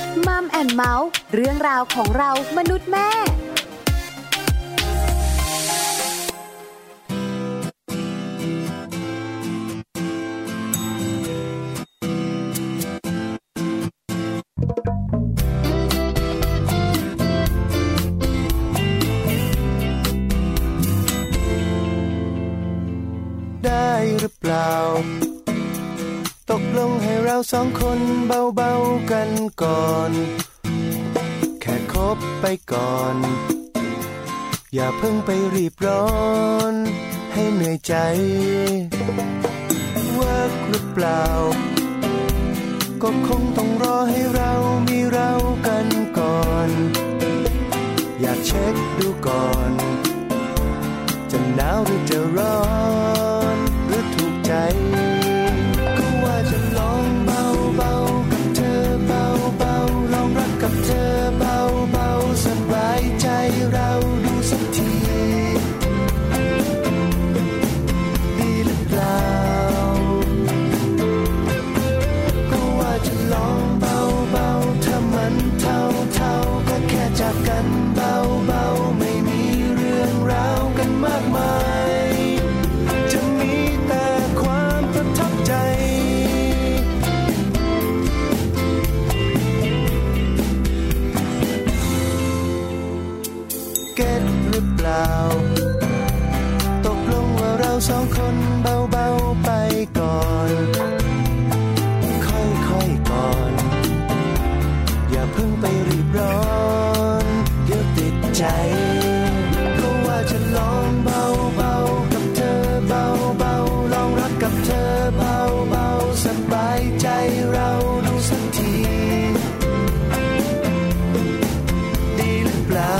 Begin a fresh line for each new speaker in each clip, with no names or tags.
มัมแอนด์เมาส์เรื่องราวของเรามนุษย์แม่
ได้หรือเปล่าตกลงให้เราสองคนเบาๆกันก่อนแค่คบไปก่อนอย่าเพิ่งไปรีบร้อนให้เหนื่อยใจเวิร์กหรือเปล่าก็คงต้องรอให้เรามีเรากันก่อนอยากเช็คดูก่อนจะหนาวหรือจะร้อนหรือถูกใจก็ว่าจะลองเบาๆกับเธอเบาๆลองรักกับเธอเบาๆสบายใจเราดูสักทีดีหรือเปล่าก็ว่าจะลองเบาๆถ้ามันเท่าก็แค่จากกันเบาๆไม่มีเรื่องราวกันมากมายจะมีแต่ความประทับใจเก็ทหรือเปล่าตกลงว่าเราสองคนเบาๆไปก่อนค่อยๆก่อนอย่าเพิ่งไปรีบร้อนเดี๋ยวติดใจก็ว่าจะลองเบาๆกับเธอเบาๆลองรักกับเธอเบาๆสบายใจเราดูสักทีดีหรือเปล่า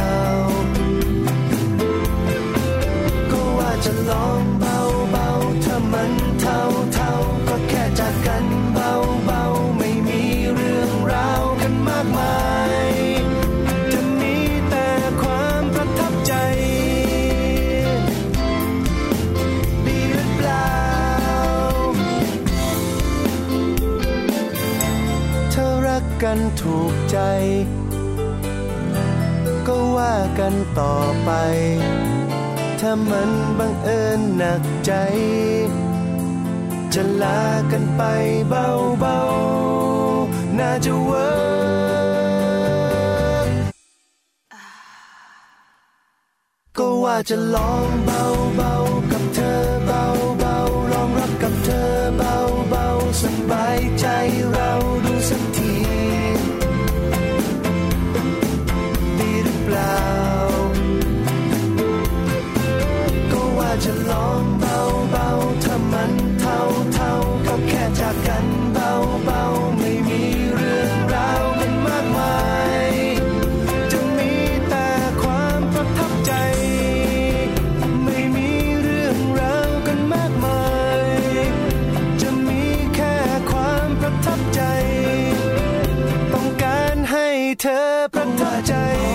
ก็ว่าจะลองเบาๆถ้ามันเท่าก็แค่จากกันเบาๆไม่มีเรื่องราวกันมากมายจะมีแต่ความประทับใจดีหรือเปล่าถ้ารักกันถูกใจก็ว่ากันต่อไปถ้ามันบังเอิญหนักใจจะลากันไปเบาๆน่าจะเวิร์กก็ว่าจะลองเบาๆกับเธอเบาๆลองรักกับเธอเบาๆสบายใจเราดูสักทีดีหรือเปล่าก็ว่าจะลองเบาๆถ้ามันเท่าก็แค่จากกันเบาๆไม่มีเรื่องราวกันมากมายจะมีแต่ความประทับใจไม่มีเรื่องราวกันมากมายจะมีแค่ความประทับใจต้องการให้เธอประทับใจ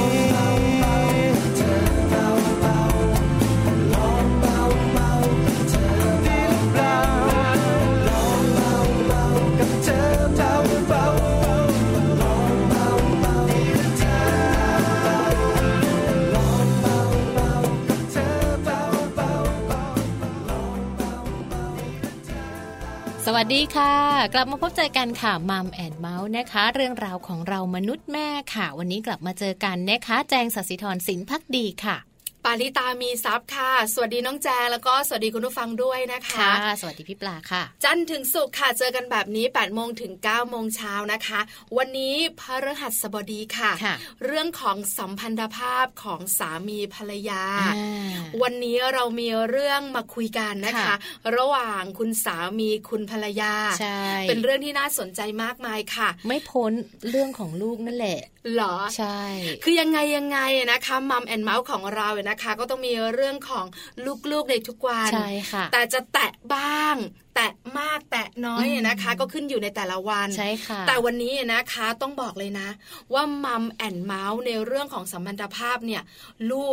สวัสดีค่ะกลับมาพบเจอกันค่ะมัมแอนด์เมาส์นะคะเรื่องราวของเรามนุษย์แม่ค่ะวันนี้กลับมาเจอกันนะคะแจงศศิธรสินภักดีค่ะ
ปาริตามีทรัพย์ค่ะสวัสดีน้องแจงแล้วก็สวัสดีคุณผู้ฟังด้วยนะคะ
ค่ะสวัสดีพี่ปลาค่ะ
จันทร์ถึงศุกร์ค่ะเจอกันแบบนี้ 8:00 นถึง 9:00 นเช้านะคะวันนี้พฤหัสบดีค่ะเรื่องของสัมพันธภาพของสามีภรรยาวันนี้เรามีเรื่องมาคุยกันนะคะระหว่างคุณสามีคุณภรรยาเป็นเรื่องที่น่าสนใจมากมายค่ะ
ไม่พ้นเรื่องของลูกนั่นแหละ
หรอ
ใช่
คือยังไงนะคะมัมแอนด์เมาส์ของเรานะคะก็ต้องมีเรื่องของลูกๆในทุกวัน
ใช่ค่ะ
แต่จะแตะบ้างแตะมากแตะน้อยนะคะก็ขึ้นอยู่ในแต่ละวัน
ใช่ค่ะ
แต่วันนี้นะคะต้องบอกเลยนะว่ามัมแอนด์เมาส์ในเรื่องของสัมพันธภาพเนี่ยลูก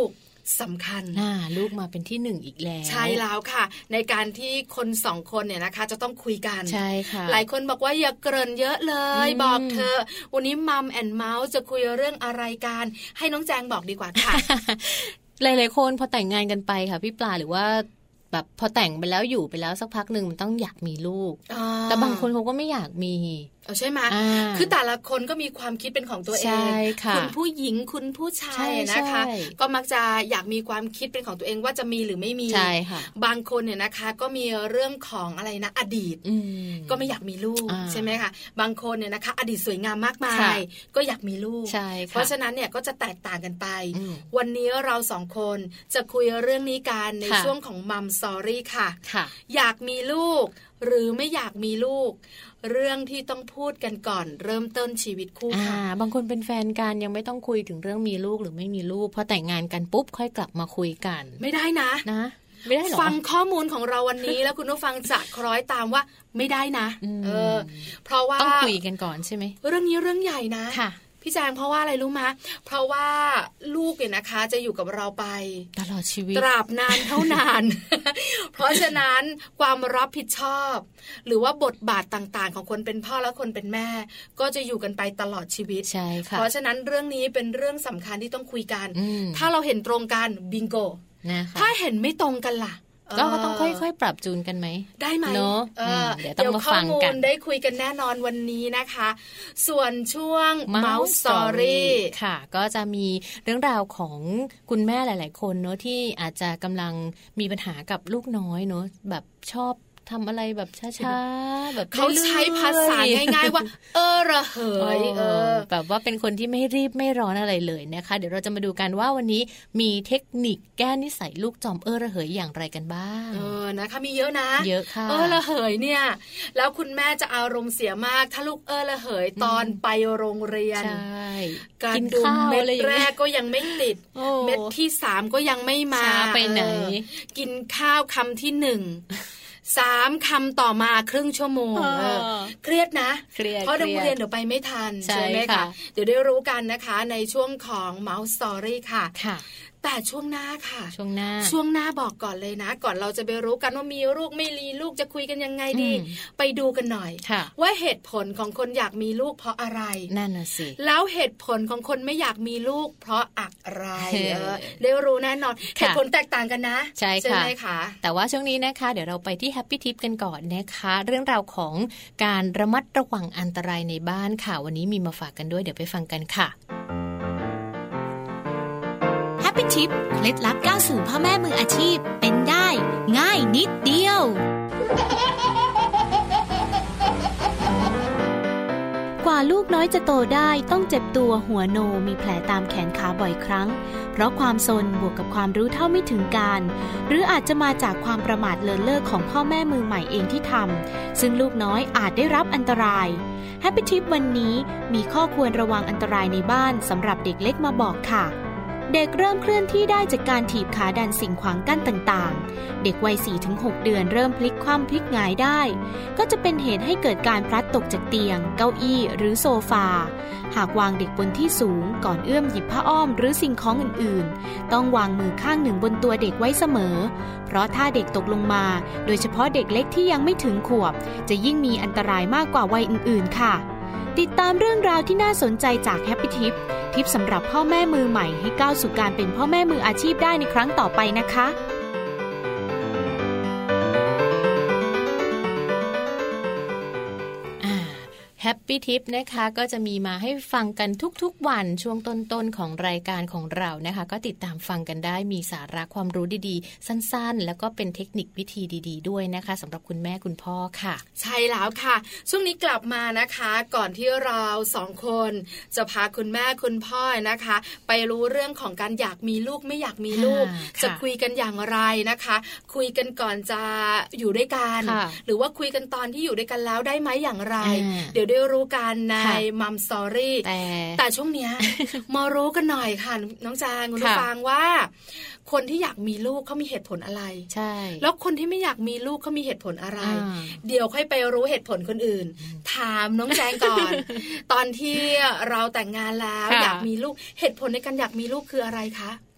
สำคัญ
ลูกมาเป็นที่หนึ่งอีกแล้ว
ใช่แล้วค่ะในการที่คนสองคนเนี่ยนะคะจะต้องคุยกัน
ใช่ค่ะ
หลายคนบอกว่าอย่าเกริ่นเยอะเลยบอกเธอวันนี้มัมแอนด์เมาส์จะคุยเรื่องอะไรกันให้น้องแจงบอกดีกว่าค่ะ
หลายๆคนพอแต่งงานกันไปค่ะพี่ปลาหรือว่าแบบพอแต่งไปแล้วอยู่ไปแล้วสักพักนึงมันต้องอยากมีลูกแต่บางคนเขาก็ไม่อยากมี
ใช่ไหมคือแต่ละคนก็มีความคิดเป็นของตัวเองคุณผู้หญิงคุณผู้ชายนะคะก็มักจะอยากมีความคิดเป็นของตัวเองว่าจะมีหรือไม่มีบางคนเนี่ยนะคะก็มีเรื่องของอะไรนะอดีตก็ไม่อยากมีลูกใช่ไหมคะบางคนเนี่ยนะคะอดีตสวยงามมากมายก็อยากมีลูกเพราะฉะนั้นเนี่ยก็จะแตกต่างกันไปวันนี้เราสองคนจะคุยเรื่องนี้กันในช่วงของมัมสตอรี่ค่ะอยากมีลูกหรือไม่อยากมีลูกเรื่องที่ต้องพูดกันก่อนเริ่มต้นชีวิตคู่ค่ะ
บางคนเป็นแฟนกันยังไม่ต้องคุยถึงเรื่องมีลูกหรือไม่มีลูกพอแต่งงานกันปุ๊บค่อยกลับมาคุยกัน
ไม่ได้นะ
ไม่ได้หรอ
ฟังข้อมูลของเราวันนี้ แล้วคุณผู้ฟังจะคล้อยตามว่าไม่ได้นะเพราะว่า
ต้องคุยกันก่อนใช่ไหม
เรื่องนี้เรื่องใหญ่นะ
ค่ะ
พี่แจงเพราะว่าอะไรรู้ไหมเพราะว่าลูกเนี่ยนะคะจะอยู่กับเราไป
ตลอดชีวิต
ตราบนานเท่านาน เพราะฉะนั้นความรับผิดชอบหรือว่าบทบาทต่างๆของคนเป็นพ่อและคนเป็นแม่ก็จะอยู่กันไปตลอดชีวิต
ใช่ค่ะ
เพราะฉะนั้นเรื่องนี้เป็นเรื่องสำคัญที่ต้องคุยกันถ้าเราเห็นตรงกันบิงโกถ้าเห็นไม่ตรงกันล่ะ
ก็ต้องค่อยๆปรับจูนกันไหม
ได้ไหม
เนาะ
เดี๋ยวต้องมาฟังกันได้คุยกันแน่นอนวันนี้นะคะส่วนช่วง Mouse Story
ค่ะก็จะมีเรื่องราวของคุณแม่หลายๆคนเนาะที่อาจจะกำลังมีปัญหากับลูกน้อยเนาะแบบชอบทำอะไรแบบช้าๆแบบ
เขาใช้ภาษาง่ายๆว่าระเหย
แบบว่าเป็นคนที่ไม่รีบไม่ร้อนอะไรเลยนะคะเดี๋ยวเราจะมาดูกันว่าวันนี้มีเทคนิคแก้นิสัยลูกจอมระเหยอย่างไรกันบ้าง
นะคะมีเยอะนะ
เยอะค่ะ
ระเหยเนี่ยแล้วคุณแม่จะอารมณ์เสียมากถ้าลูกระเหยตอนไปโรงเรียน
ใช่
การดูเม็ดแรกก็ยังไม่ติดเม็ดที่3ก็ยังไม่มา
ไปไหน
กินข้าวคำที่1 3 คำต่อมาครึ่งชั่วโมงเครียดนะเพราะโรงเรียนเดี๋ยวไปไม่ทันใช่ไหมคะเดี๋ยวได้รู้กันนะคะในช่วงของ Mouse Story ค่ะแต่ช่วงหน้าค่ะช่วงหน้าบอกก่อนเลยนะก่อนเราจะไปรู้กันว่ามีลูกไม่มีลูกจะคุยกันยังไงดีไปดูกันหน่อยว่าเหตุผลของคนอยากมีลูกเพราะอะไร
นั่นน่ะสิ
แล้วเหตุผลของคนไม่อยากมีลูกเพราะอะไรได้รู้แน่นอนเหตุผลแตกต่างกันนะ
ใช่ไหมคะแต่ว่าช่วงนี้นะคะเดี๋ยวเราไปที่ Happy Tip กันก่อนนะคะเรื่องราวของการระมัดระวังอันตรายในบ้านค่ะวันนี้มีมาฝากกันด้วยเดี๋ยวไปฟังกันค่ะ
Happy Tip เคล็ดลับก้าวสู่พ่อแม่มืออาชีพเป็นได้ง่ายนิดเดียวกว่าลูกน้อยจะโตได้ต้องเจ็บตัวหัวโนมีแผลตามแขนขาบ่อยครั้งเพราะความซนบวกกับความรู้เท่าไม่ถึงการหรืออาจจะมาจากความประมาทเลินเล่อของพ่อแม่มือใหม่เองที่ทำซึ่งลูกน้อยอาจได้รับอันตราย Happy Tip วันนี้มีข้อควรระวังอันตรายในบ้านสำหรับเด็กเล็กมาบอกค่ะเด็กเริ่มเคลื่อนที่ได้จากการถีบขาดันสิ่งขวางกั้นต่างๆเด็กวัย 4-6 เดือนเริ่มพลิกคว่ำพลิกหงายได้ก็จะเป็นเหตุให้เกิดการพลัดตกจากเตียงเก้าอี้หรือโซฟาหากวางเด็กบนที่สูงก่อนเอื้อมหยิบผ้าอ้อมหรือสิ่งของอื่นๆต้องวางมือข้างหนึ่งบนตัวเด็กไว้เสมอเพราะถ้าเด็กตกลงมาโดยเฉพาะเด็กเล็กที่ยังไม่ถึงขวบจะยิ่งมีอันตรายมากกว่าวัยอื่นๆค่ะติดตามเรื่องราวที่น่าสนใจจาก Happy Tip ทิปสำหรับพ่อแม่มือใหม่ให้ก้าวสู่การเป็นพ่อแม่มืออาชีพได้ในครั้งต่อไปนะคะ
Happy Tip นะคะก็จะมีมาให้ฟังกันทุกๆวันช่วงต้นๆของรายการของเรานะคะก็ติดตามฟังกันได้มีสาระความรู้ดีๆสั้นๆแล้วก็เป็นเทคนิควิธีดีๆด้วยนะคะสำหรับคุณแม่คุณพ่อค่ะ
ใช่แล้วค่ะช่วงนี้กลับมานะคะก่อนที่เราสองคนจะพาคุณแม่คุณพ่อนะคะไปรู้เรื่องของการอยากมีลูกไม่อยากมีลูกจะคุยกันอย่างไรนะคะคุยกันก่อนจะอยู่ด้วยกันหรือว่าคุยกันตอนที่อยู่ด้วยกันแล้วได้ไหมอย่างไรเดี๋ยวได้รู้กันในมัมสตอรี่แต่ช่วงเนี้ย มารู้กันหน่อยค่ะน้องจางคุณผู้ฟังว่าคนที่อยากมีลูกเขามีเหตุผลอะไร
ใช่
แล้วคนที่ไม่อยากมีลูกเขามีเหตุผลอะไรเดี๋ยวค่อยไปรู้เหตุผลคนอื่นถามน้องแจงก่อน ตอนที่เราแต่งงานแล้วอยากมีลูกเหตุผลในการอยากมีลูกคืออะไรคะ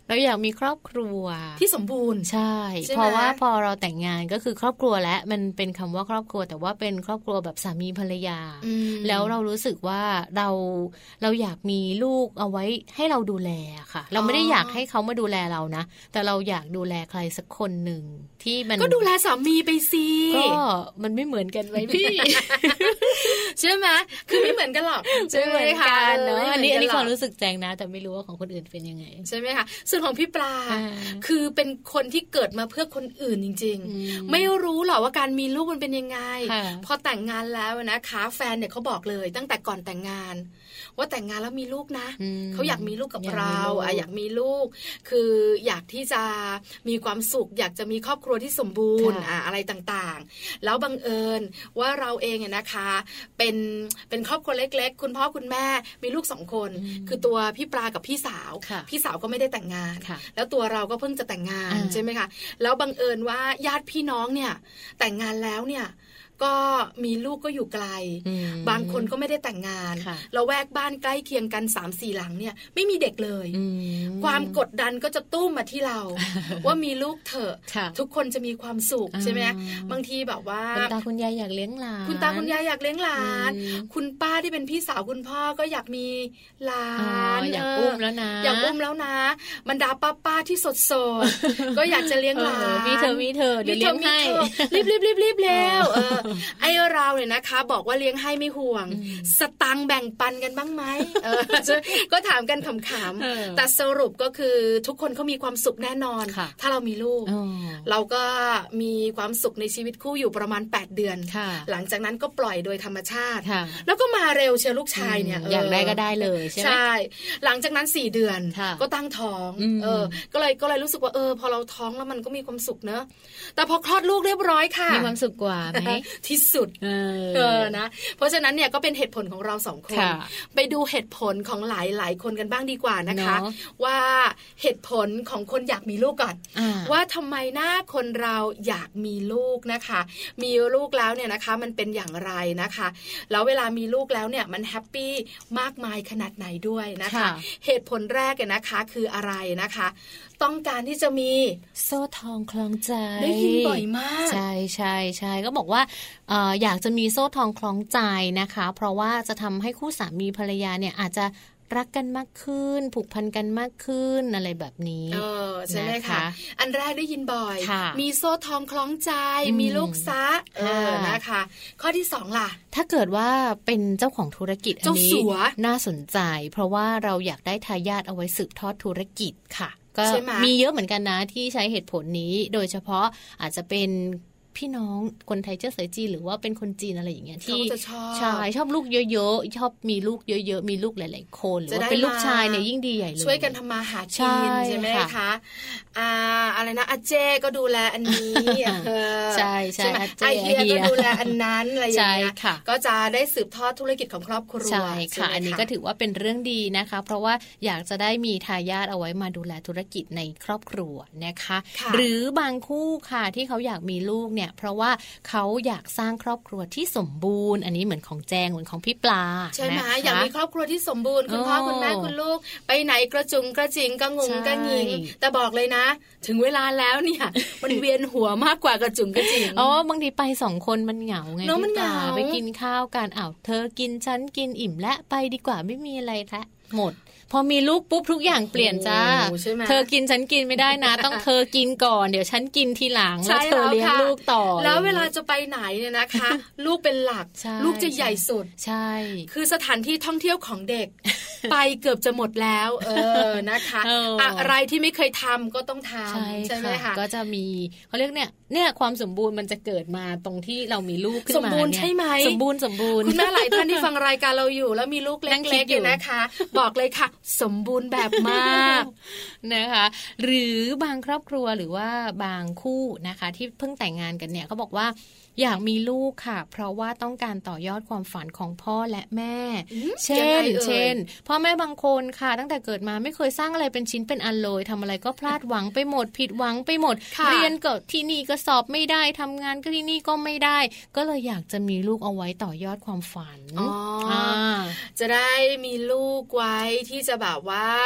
เราอยากมีครอบครัว
ที่สมบูรณ์
ใช่เพราะว่าพอเราแต่งงานก็คือครอบครัวและมันเป็นคำว่าครอบครัวแต่ว่าเป็นครอบครัวแบบสามีภรรยาแล้วเรารู้สึกว่าเราอยากมีลูกเอาไว้ให้เราดูแลค่ะเราไม่ได้อยากให้เขามาดูแลเรานะแต่เราอยากดูแลใครสักคนหนึ่งที่มัน
ก็ดูแลสามีไปสิ
ก็มันไม่เหมือนกันไว้พี่
ใช่ไหมคือไม่เหมือนกันหรอก
ใช่ไหมคะเนาะอันนี้ความรู้สึกแจงนะแต่ไม่รู้ว่าของคนอื่นเป็นยังไง
ใช่ไหมคะส่วนของพี่ปลาคือเป็นคนที่เกิดมาเพื่อคนอื่นจริงๆไม่รู้หรอกว่าการมีลูกมันเป็นยังไงพอแต่งงานแล้วนะคะแฟนเนี่ยเขาบอกเลยตั้งแต่ก่อนแต่งงานว่าแต่งงานแล้วมีลูกนะเขาอยากมีลูกกับเราอยากมีลูกคืออยากที่จะมีความสุขอยากจะมีครอบครัวที่สมบูรณ์อะไรต่างๆแล้วบังเอิญว่าเราเองนะคะเป็นครอบครัวเล็กๆคุณพ่อคุณแม่มีลูก2คนคือตัวพี่ปลากับพี่สาวก็ไม่ได้แต่งงานแล้วตัวเราก็เพิ่งจะแต่งงานใช่ไหมคะแล้วบังเอิญว่าญาติพี่น้องเนี่ยแต่งงานแล้วเนี่ยก็มีลูกก็อยู่ไกลบางคนก็ไม่ได้แต่งงานเราแวกบ้านใกล้เคียงกัน 3-4 หลังเนี่ยไม่มีเด็กเลยความกดดันก็จะตุ้มมาที่เรา ว่ามีลูกเถอะทุกคนจะมีความสุขใช่ไหมบางทีแบบว่า
คุณตาคุณยายอยากเลี้ยงหลาน
คุณตาคุณยายอยากเลี้ยงหลานคุณป้าที่เป็นพี่สาวคุณพ่อก็อยากมีหลาน
อยากอุ้มแล้วนะ
อยากอุ้มแล้วนะบรรดาป้าที่สดก็อยากจะเลี้ยงหลาน
มีเธอเดี๋ยวเลี้ยงให้
รีบแล้วไอเราเนี่ยนะคะบอกว่าเลี้ยงให้ไม่ห่วงสตังค์แบ่งปันกันบ้างไหมก็ถามกันขำๆแต่สรุปก็คือทุกคนเขามีความสุขแน่นอนถ้าเรามีลูกเราก็มีความสุขในชีวิตคู่อยู่ประมาณ8 เดือนหลังจากนั้นก็ปล่อยโดยธรรมชาติแล้วก็มาเร็วเชียวลูกชายเนี่ย
อยากได้ก็ได้เลยใช่ไหม
ใช่หลังจากนั้น4 เดือนก็ตั้งท้องก็เลยรู้สึกว่าพอเราท้องแล้วมันก็มีความสุขเนอะแต่พอคลอดลูกเรียบร้อยค่ะ
มีความสุขกว่าไหม
ที่สุดนะเพราะฉะนั้นเนี่ยก็เป็นเหตุผลของเรา2 คนไปดูเหตุผลของหลายคนกันบ้างดีกว่านะคะว่าเหตุผลของคนอยากมีลูกก่อนว่าทำไมหน้าคนเราอยากมีลูกนะคะมีลูกแล้วเนี่ยนะคะมันเป็นอย่างไรนะคะแล้วเวลามีลูกแล้วเนี่ยมันแฮปปี้มากมายขนาดไหนด้วยนะคะเหตุผลแรกเนี่ยนะคะคืออะไรนะคะต้องการที่จะมี
โซ่ทองคล้องใจ
ได้ยินบ่อยมาก
ใช่ก็บอกว่าอยากจะมีโซ่ทองคล้องใจนะคะเพราะว่าจะทำให้คู่สามีภรรยาเนี่ยอาจจะรักกันมากขึ้นผูกพันกันมากขึ้นอะไรแบบนี้
ใช่ไหมคะอันแรกได้ยินบ่อยมีโซ่ทองคล้องใจมีลูกซะนะคะข้อที่2ล่ะ
ถ้าเกิดว่าเป็นเจ้าของธุรกิจอันนี้น่าสนใจเพราะว่าเราอยากได้ทายาทเอาไว้สืบทอดธุรกิจค่ะก็มีเยอะเหมือนกันนะที่ใช้เหตุผลนี้โดยเฉพาะอาจจะเป็นพี่น้องคนไทยเชื้อสายจีนหรือว่าเป็นคนจีนอะไรอย่างเงี้ยที่ชอบลูกเยอะๆชอบมีลูกเยอะๆมีลูกหลายๆคนหรือว่าเป็นลูกชายเนี่ยยิ่งดีใหญ่เลย
ช่วยกันทำมาหากินใช่ไหมคะอะไรนะอาเจก็ดูแลอันนี้
ใช่
ไอเฮียก็ดูแลอันนั้นอะไรอย่างเงี้ยก็จะได้สืบทอดธุรกิจของครอบครัว
ใช่ค่ะอันนี้ก็ถือว่าเป็นเรื่องดีนะคะเพราะว่าอยากจะได้มีทายาทเอาไว้มาดูแลธุรกิจในครอบครัวนะคะหรือบางคู่ค่ะที่เขาอยากมีลูกเนี่ยเพราะว่าเขาอยากสร้างครอบครัวที่สมบูรณ์อันนี้เหมือนของแจงเหมือนของพี่ปลา
ใช่ไหมอยากมีครอบครัวที่สมบูรณ์คุณพ่อคุณแม่คุณลูกไปไหนกระจุงกระจิงกระงงกระงิงแต่บอกเลยนะถึงเวลาแล้วเนี่ยมันเวียนหัวมากกว่ากระจุงกระจิง
บางทีไป2 คนมันเหงาไงพี่ปลาไปกินข้าวกันเธอกินฉันกินอิ่มและไปดีกว่าไม่มีอะไรแท้หมดพอมีลูกปุ๊บทุกอย่างเปลี่ยนจ้าเธอกินฉันกินไม่ได้นะต้องเธอกินก่อนเดี๋ยวฉันกินทีหลังแล้วเธอเลี้ยงลูกต่อ
แล้วเวลาจะไปไหนเนี่ยนะคะลูกเป็นหลักลูกจะใหญ่สุด
ใช่
คือสถานที่ท่องเที่ยวของเด็กไปเกือบจะหมดแล้วนะคะอะไรที่ไม่เคยทำก็ต้องทำใช่ไหมคะ
ก็จะมีเขาเรียกเนี่ยความสมบูรณ์มันจะเกิดมาตรงที่เรามีลูกขึ้นมา
สมบูรณ์ใช่ไหม
สมบูรณ์
คุณแม่หลายท่านที่ฟังรายการเราอยู่แล้วมีลูกเล็กๆอยู่นะคะบอกเลยค่ะสมบูรณ์แบบมาก
นะคะหรือบางครอบครัวหรือว่าบางคู่นะคะที่เพิ่งแต่งงานกันเนี่ยเขาบอกว่าอยากมีลูกค่ะเพราะว่าต้องการต่อยอดความฝันของพ่อและแม่เช่นพ่อแม่บางคนค่ะตั้งแต่เกิดมาไม่เคยสร้างอะไรเป็นชิ้นเป็นอันเลยทำอะไรก็พลาดหวังไปหมดผิดหวังไปหมดเรียนก็ที่นี่ก็สอบไม่ได้ทำงานก็ที่นี่ก็ไม่ได้ก็เลยอยากจะมีลูกเอาไว้ต่อยอดความฝัน
จะได้มีลูกไว้ที่จะแบบว่าท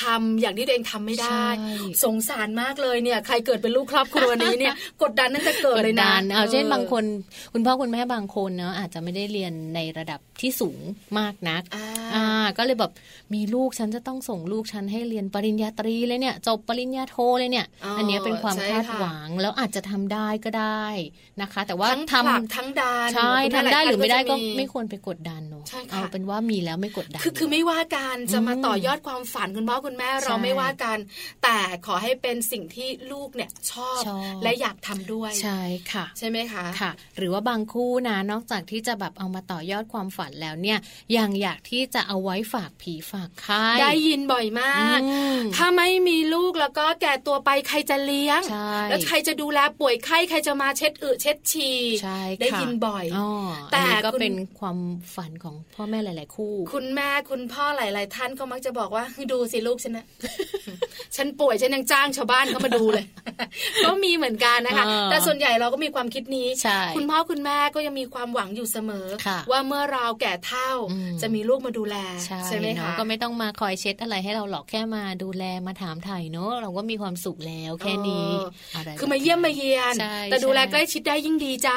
ทำอย่างที่ตัวเองทำไม่ได้สงสารมากเลยเนี่ยใครเกิดเป็นลูกครอบครัวนี้เนี่ยกดดันนั่นจะเกิดเลยนะ
เอาเช่นบางคนคุณพ่อคุณแม่บางคนเนาะอาจจะไม่ได้เรียนในระดับที่สูงมากนักก็เลยแบบมีลูกฉันจะต้องส่งลูกฉันให้เรียนปริญญาตรีเลยเนี่ยจบปริญญาโทเลยเนี่ยอันนี้เป็นความคาดหวังแล้วอาจจะทำได้ก็ได้นะคะแต่ว่าทำ
ทั้งดัน
ใช่ทำได้หรือไม่ได้ก็ไม่ควรไปกดดันเนาะเอาเป็นว่ามีแล้วไม่กดดัน
คือไม่ว่าการจะมาต่อยอดความฝันคุณพ่อคุณแม่เราไม่ว่ากันแต่ขอให้เป็นสิ่งที่ลูกเนี่ยชอบและอยากทำด้วย
ใช่ค่ะ
ใช่ไหมคะ
ค่ะหรือว่าบางคู่นะนอกจากที่จะแบบเอามาต่อยอดความฝันแล้วเนี่ยยังอยากที่จะเอาไว้ฝากผีฝากไข้
ได้ยินบ่อยมากถ้าไม่มีลูกแล้วก็แก่ตัวไปใครจะเลี้ยงแล้วใครจะดูแลป่วยไข้ใครจะมาเช็ดอึเช็ดฉี่ได้ยินบ่อย
แต่ก็เป็นความฝันของพ่อแม่หลายๆคู่
คุณแม่คุณพ่อหลายๆท่านก็มักจะบอกว่าดูสิลูกฉันนะฉันป่วยฉันยังจ้างชาวบ้านเขามาดูเลยก็มีเหมือนกันนะคะแต่ส่วนใหญ่เราก็มีความคิดนี้คุณพ่อคุณแม่ก็ยังมีความหวังอยู่เสมอว่าเมื่อเราแก่เฒ่าจะมีลูกมาดูแลใช่ไหมคะ
ก็ไม่ต้องมาคอยเช็ดอะไรให้เราหรอกแค่มาดูแลมาถามไถ่เนาะเราก็มีความสุขแล้วแค่นี้
คือมาเยี่ยมมาเยียนแต่ดูแลใกล้ชิดได้ยิ่งดีจ้า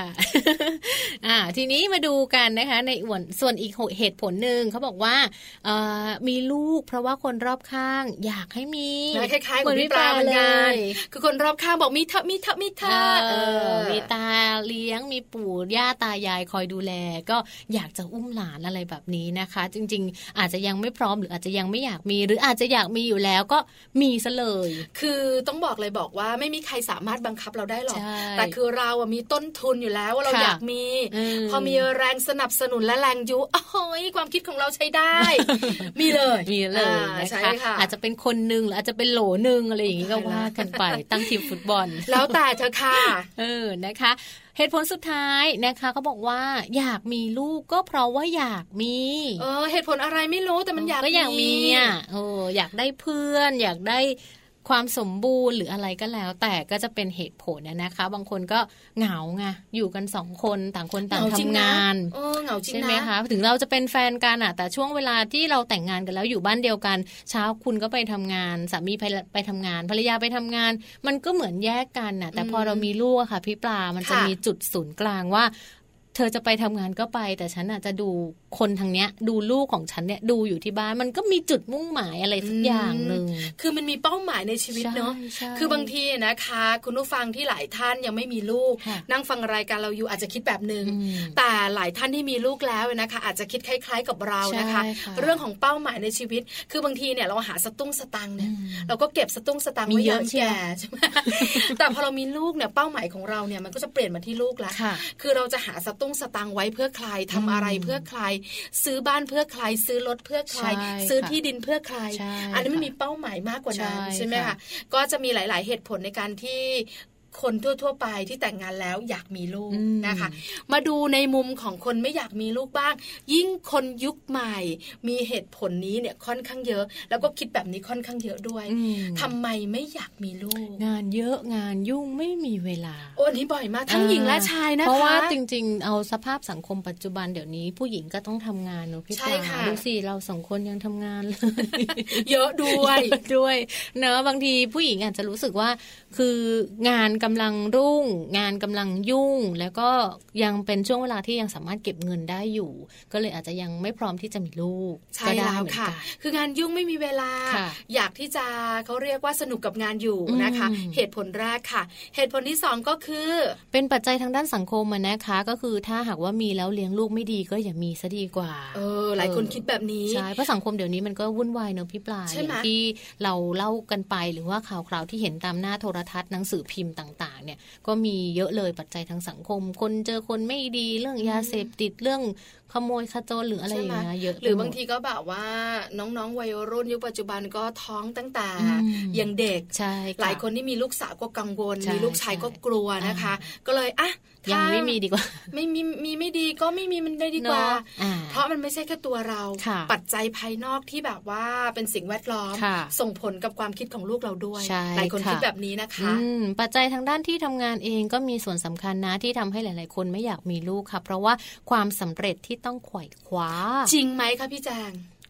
ทีนี้มาดูกันนะคะในส่วนอีกเหตุผลหนึ่งเขาบอกว่ามีลูกเพราะว่าคนรอบข้างอยากให้มี
คล้ายๆเหมือนพี่ปลาเหมือนกันคือคนรอบข้างบอกมีเถอะมี
ตาเลี้ยงมีปู่ย่าตายายคอยดูแลก็อยากจะอุ้มหลานอะไรแบบนี้นะคะจริงๆอาจจะยังไม่พร้อมหรืออาจจะยังไม่อยากมีหรืออาจจะอยากมีอยู่แล้วก็มีซะเลย
คือต้องบอกว่าไม่มีใครสามารถบังคับเราได้หรอกแต่คือเรามีต้นทุนอยู่แล้วว่าเราอยากมีพอมีแรงสนับสนุนและแรงยุความคิดของเราใช้ได้มีเลย
นะคะอาจจะเป็นคนนึงหรืออาจจะเป็นโหลนึงอะไรอย่างงี้ก็ว่ากันไปตั้งทีมฟุตบอล
แล้วแต่เธอค่ะ
นะคะเหตุผลสุดท้ายนะคะเขาบอกว่าอยากมีลูกก็เพราะว่าอยากมี
เหตุผลอะไรไม่รู้แต่มันอยาก
มีอยากได้เพื่อนอยากได้ความสมบูรณ์หรืออะไรก็แล้วแต่ก็จะเป็นเหตุผลนะคะบางคนก็เหงาไงอยู่กัน2คนต่างคนต่างทำงาน
เหงาจริงนะ
ใช่ไหมคะถึงเราจะเป็นแฟนกันแต่ช่วงเวลาที่เราแต่งงานกันแล้วอยู่บ้านเดียวกันเช้าคุณก็ไปทำงานสามีไปทำงานภรรยาไปทำงานมันก็เหมือนแยกกันแต่พอเรามีลูกค่ะพี่ปลามันจะมีจุดศูนย์กลางว่าเธอจะไปทำงานก็ไปแต่ฉันอาจจะดูคนทางเนี้ยดูลูกของฉันเนี่ยดูอยู่ที่บ้านมันก็มีจุดมุ่งหมายอะไรสักอย่างนึง
คือมันมีเป้าหมายในชีวิตเนาะคือบางทีนะคะคุณผู้ฟังที่หลายท่านยังไม่มีลูกนั่งฟังรายการเราอยู่อาจจะคิดแบบนึงแต่หลายท่านที่มีลูกแล้วนะคะอาจจะคิดคล้ายๆกับเรานะคะเรื่องของเป้าหมายในชีวิตคือบางทีเนี่ยเราหาสตุ้งสตังค์เนี่ยเราก็เก็บสตุ้งสตังค์ไว้ยามแก่ใช่ไหมแต่พอเรามีลูกเนี่ยเป้าหมายของเราเนี่ยมันก็จะเปลี่ยนมาที่ลูกแล้วคือเราจะหาสตุ้งสตังค์ไว้เพื่อใครทำอะไรเพื่อใครซื้อบ้านเพื่อใครซื้อรถเพื่อใครซื้อที่ดินเพื่อใครอันนี้มันมีเป้าหมายมากกว่านั้นใช่ไหมคะก็จะมีหลายๆเหตุผลในการที่คนทั่วๆไปที่แต่งงานแล้วอยากมีลูกนะคะมาดูในมุมของคนไม่อยากมีลูกบ้างยิ่งคนยุคใหม่มีเหตุผลนี้เนี่ยค่อนข้างเยอะแล้วก็คิดแบบนี้ค่อนข้างเยอะด้วยทำไมไม่อยากมีลูก
งานเยอะงานยุ่งไม่มีเวลา
อันนี้บ่อยมากทั้งหญิงและชายนะคะ
เพราะว่าจริงๆเอาสภาพสังคมปัจจุบันเดี๋ยวนี้ผู้หญิงก็ต้องทำงานเนอะพี่ปลาดูสิเรา2คนยังทำงานเลย
เยอะ
ด้วยเนอะบางทีผู้หญิงอาจจะรู้สึกว่าคืองานกำลังรุ่งงานกำลังยุ่งแล้วก็ยังเป็นช่วงเวลาที่ยังสามารถเก็บเงินได้อยู่ก็เลยอาจจะยังไม่พร้อมที่จะมีลูก
ใช่แล้วค่ะคืองานยุ่งไม่มีเวลาอยากที่จะเขาเรียกว่าสนุกกับงานอยู่นะคะเหตุผลแรกค่ะเหตุผลที่2ก็คือ
เป็นปัจจัยทางด้านสังคมนะคะก็คือถ้าหากว่ามีแล้วเลี้ยงลูกไม่ดีก็อย่ามีซะดีกว่า
หลายคนคิดแบบนี้
ใช่เพราะสังคมเดี๋ยวนี้มันก็วุ่นวายเนอะพี่ปลาอย่างที่เราเล่ากันไปหรือว่าข่าวที่เห็นตามหน้าโทรทัศน์หนังสือพิมพ์ต่างๆเนี่ยก็มีเยอะเลยปัจจัยทางสังคมคนเจอคนไม่ดีเรื่องยาเสพติดเรื่องขโมยขโจรหรืออะไรอย่างเงี้ยเยอะ
หรือบางทีก็แบบว่าน้องๆวัยรุ่นยุคปัจจุบันก็ท้องตั้งแต่ยังเด็กหลายคนที่มีลูกสาวก็กังวลมีลูกชายก็กลัวนะคะก็เลย
ยังไม่มีดีกว่า
ไม่มีไม่ดีก็ไม่มีมันได้ดีกว่าเพราะมันไม่ใช่แค่ตัวเราปัจจัยภายนอกที่แบบว่าเป็นสิ่งแวดล้อมส่งผลกับความคิดของลูกเราด้วยหลายคนคิดแบบนี้นะคะ
ปัจจัยทางด้านที่ทำงานเองก็มีส่วนสำคัญนะที่ทำให้หลายๆคนไม่อยากมีลูกค่ะเพราะว่าความสำเร็จที่ต้องไขว่คว้า
จริงไหมคะพี่แจง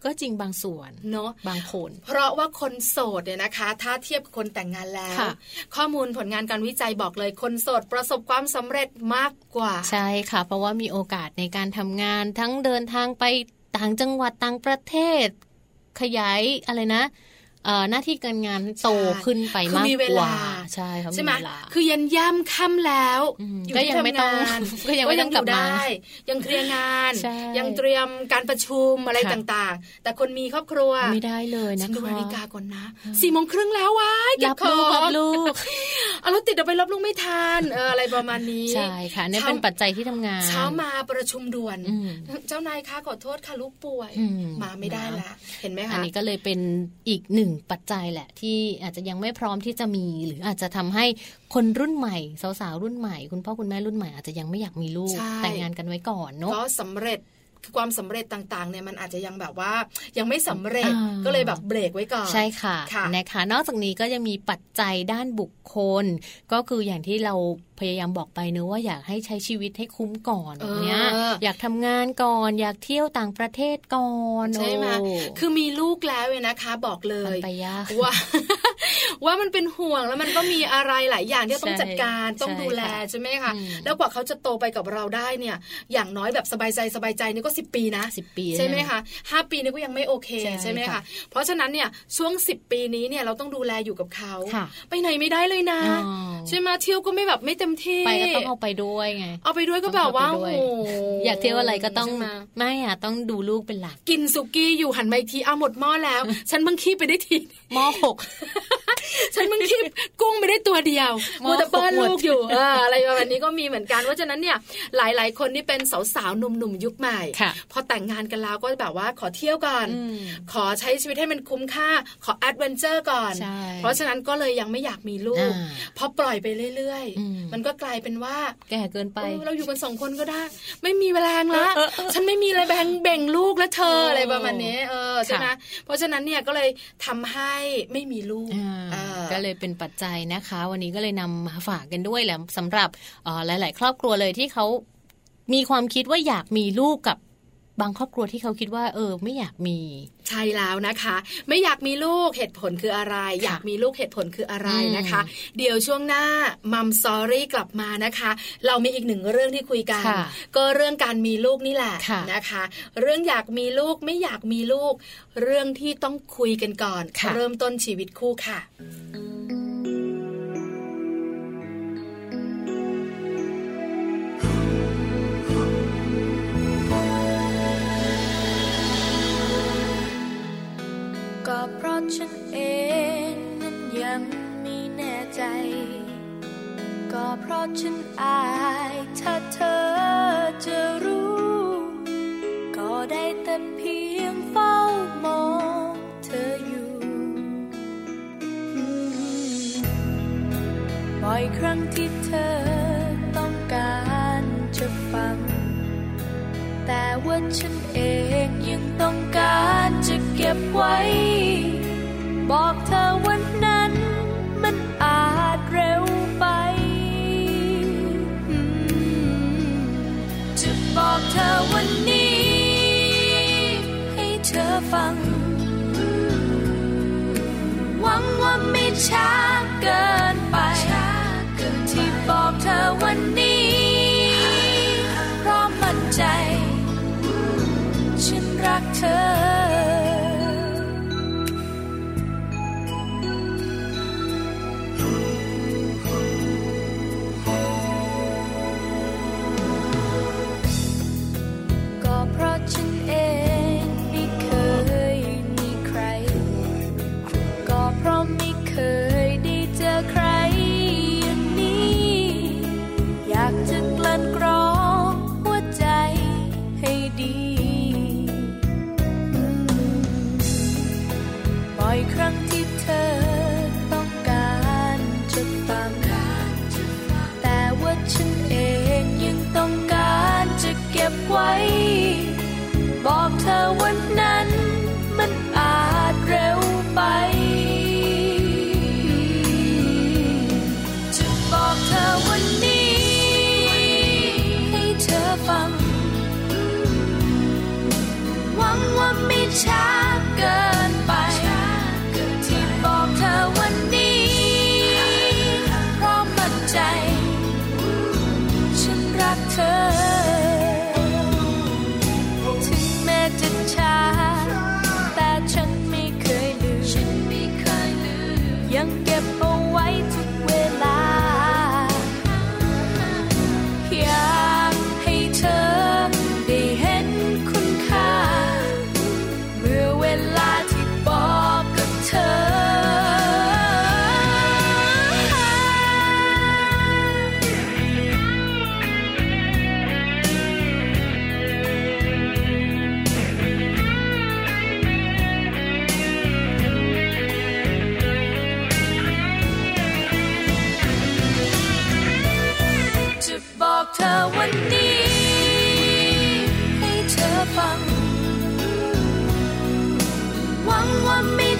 ก็จริงบางส่วน
เนาะ
บางคน
เพราะว่าคนโสดเนี่ยนะคะถ้าเทียบกับคนแต่งงานแล้วข้อมูลผลงานการวิจัยบอกเลยคนโสดประสบความสำเร็จมากกว่า
ใช่ค่ะเพราะว่ามีโอกาสในการทำงานทั้งเดินทางไปต่างจังหวัดต่างประเทศขยายอะไรนะหน้าที่การงานโตขึ้นไปมากกว่าใช่เขามีเวลา
คือยันย่ำค่ำแล้ว
ก็ยังไม่ต้องก็ยังไม่ต้องกลับมา
ยังเคลียร์งานยังเตรียมการประชุมอะไรต่างๆแต่คนมีครอบครัว
ไม่ได้เลยนะคะ
ดูนาฬิกาก่อนนะ4:30แล้วว้ายเก็บของ
รับลูก
เอารถติดไปรับลูกไม่ทันอะไรประมาณนี้
ใช่ค่ะนี่เป็นปัจจัยที่ทำงาน
เช้ามาประชุมด่วนเจ้านายคะขอโทษค่ะลูกป่วยมาไม่ได้ละเห็นไหมคะ
อันนี้ก็เลยเป็นอีกหนึ่งปัจจัยแหละที่อาจจะยังไม่พร้อมที่จะมีหรืออาจจะทำให้คนรุ่นใหม่สาวๆรุ่นใหม่คุณพ่อคุณแม่รุ่นใหม่อาจจะยังไม่อยากมีลูกแต่งงานกันไว้ก่อนเนาะ
ก็สำเร็จคือความสำเร็จต่างๆเนี่ยมันอาจจะยังแบบว่ายังไม่สำเร็จก็เลยแบบเบรกไว้ก่อน
ใช่ค่ะนะคะนอกจากนี้ก็ยังมีปัจจัยด้านบุคคลก็คืออย่างที่เราพยายามบอกไปเนอะว่าอยากให้ใช้ชีวิตให้คุ้มก่อนแบบเนี้ยอยากทำงานก่อนอยากเที่ยวต่างประเทศก่อน
ใช่ไหมคือมีลูกแล้วเนี่ยนะคะบอกเลยว่ามันเป็นห่วงแล้วมันก็มีอะไรหลายอย่างที่ต้องจัดการต้องดูแลใช่ไหมคะแล้วกว่าเขาจะโตไปกับเราได้เนี่ยอย่างน้อยแบบสบายใจนี่ก็10 ปีนะ
10 ปี
ใช่ไหมคะ5 ปีนี่ก็ยังไม่โอเคใช่ไหมคะเพราะฉะนั้นเนี่ยช่วง10 ปีนี้เนี่ยเราต้องดูแลอยู่กับเขาไปไหนไม่ได้เลยนะใช่ไหมเที่ยวก็ไม่แบบไม่เต็มที่
ไปก็ต้องเอาไปด้วยไง
เอาไปด้วยก็แบบว่าโอ้
อยากเที่ยวอะไรก็ต้องไม่อะต้องดูลูกเป็นหลัก
กินสุกี้อยู่หันมาอีกทีเอาหมดหม้อแล้วฉันบางขี้ไปได้ที
หม้อ
6ฉันบางขี้กุ้งไปได้ตัวเดียวมัวแต่ป้อนลูกอยู่อะไรแบบนี้ก็มีเหมือนกันเพราะฉะนั้นเนี่ยหลายๆคนที่เป็นสาวๆหนุ่มๆยุคใหม่พอแต่งงานกันแล้วก็แบบว่าขอเที่ยวก่อนขอใช้ชีวิตให้มันคุ้มค่าขอแอดเวนเจอร์ก่อนเพราะฉะนั้นก็เลยยังไม่อยากมีลูกพอปล่อยไปเรื่อยๆมันก็กลายเป็นว่า
แก่เกินไป
เราอยู่กัน2 คนก็ได้ไม่มีแรงละฉันไม่มีอะไรแบ่งลูกและเธออะไรประมาณนี้ใช่ไหมเพราะฉะนั้นเนี่ยก็เลยทำให้ไม่มีลูก
ก็เลยเป็นปัจจัยนะคะวันนี้ก็เลยนำมาฝากกันด้วยแหละสำหรับหลายๆครอบครัวเลยที่เขามีความคิดว่าอยากมีลูกกับบางครอบครัวที่เขาคิดว่าไม่อยากมี
ใช่แล้วนะคะไม่อยากมีลูกเหตุผลคืออะไรอยากมีลูกเหตุผลคืออะไรนะคะเดี๋ยวช่วงหน้ามัมซอรี่กลับมานะคะเรามีอีกหนึ่งเรื่องที่คุยกันก็เรื่องการมีลูกนี่แหละนะคะเรื่องอยากมีลูกไม่อยากมีลูกเรื่องที่ต้องคุยกันก่อนเริ่มต้นชีวิตคู่ค่ะ
ก็เพราะฉันเองนั้นยังไม่แน่ใจก็เพราะฉันอายถ้าเธอจะรู้ก็ได้แต่เพียงเฝ้ามองเธออยู่บ่อยครั้งที่เธอต้องการจะฟังแต่ว่าฉันเองยังต้องการจะเก็บไว้บอกเธอวันนั้นมันอาจเร็วไปจะบอกเธอวันนี้ให้เธอฟังหวังว่าไม่ช้าเกินไปที่บอกเธอวันนี้เพราะมั่นใจฉันรักเธอก็เพราะฉันเองไม่เคยมีใครก็เพราะไม่เคยได้เจอใครอย่างนี้อยากจะกลั่นกรองหัวใจให้ดีบ่อยครั้งที่เธอต้องการจะฟังแต่ว่าฉันเองยังต้องการจะเก็บไว้บอกเธอวันนั้นมันอาจเร็วไปจะบอกเธอวันนี้ให้เธอฟังหวังว่าไม่ช้า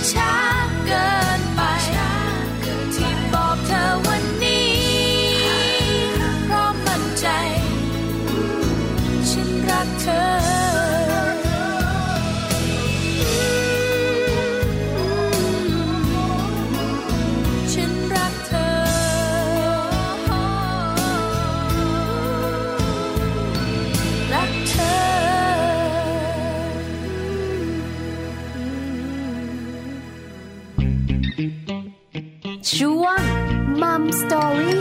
ช้าเกินไปที่บอกเธอวันนี้เพราะมั่นใจฉันรักเธอ
ช่วง Mum Story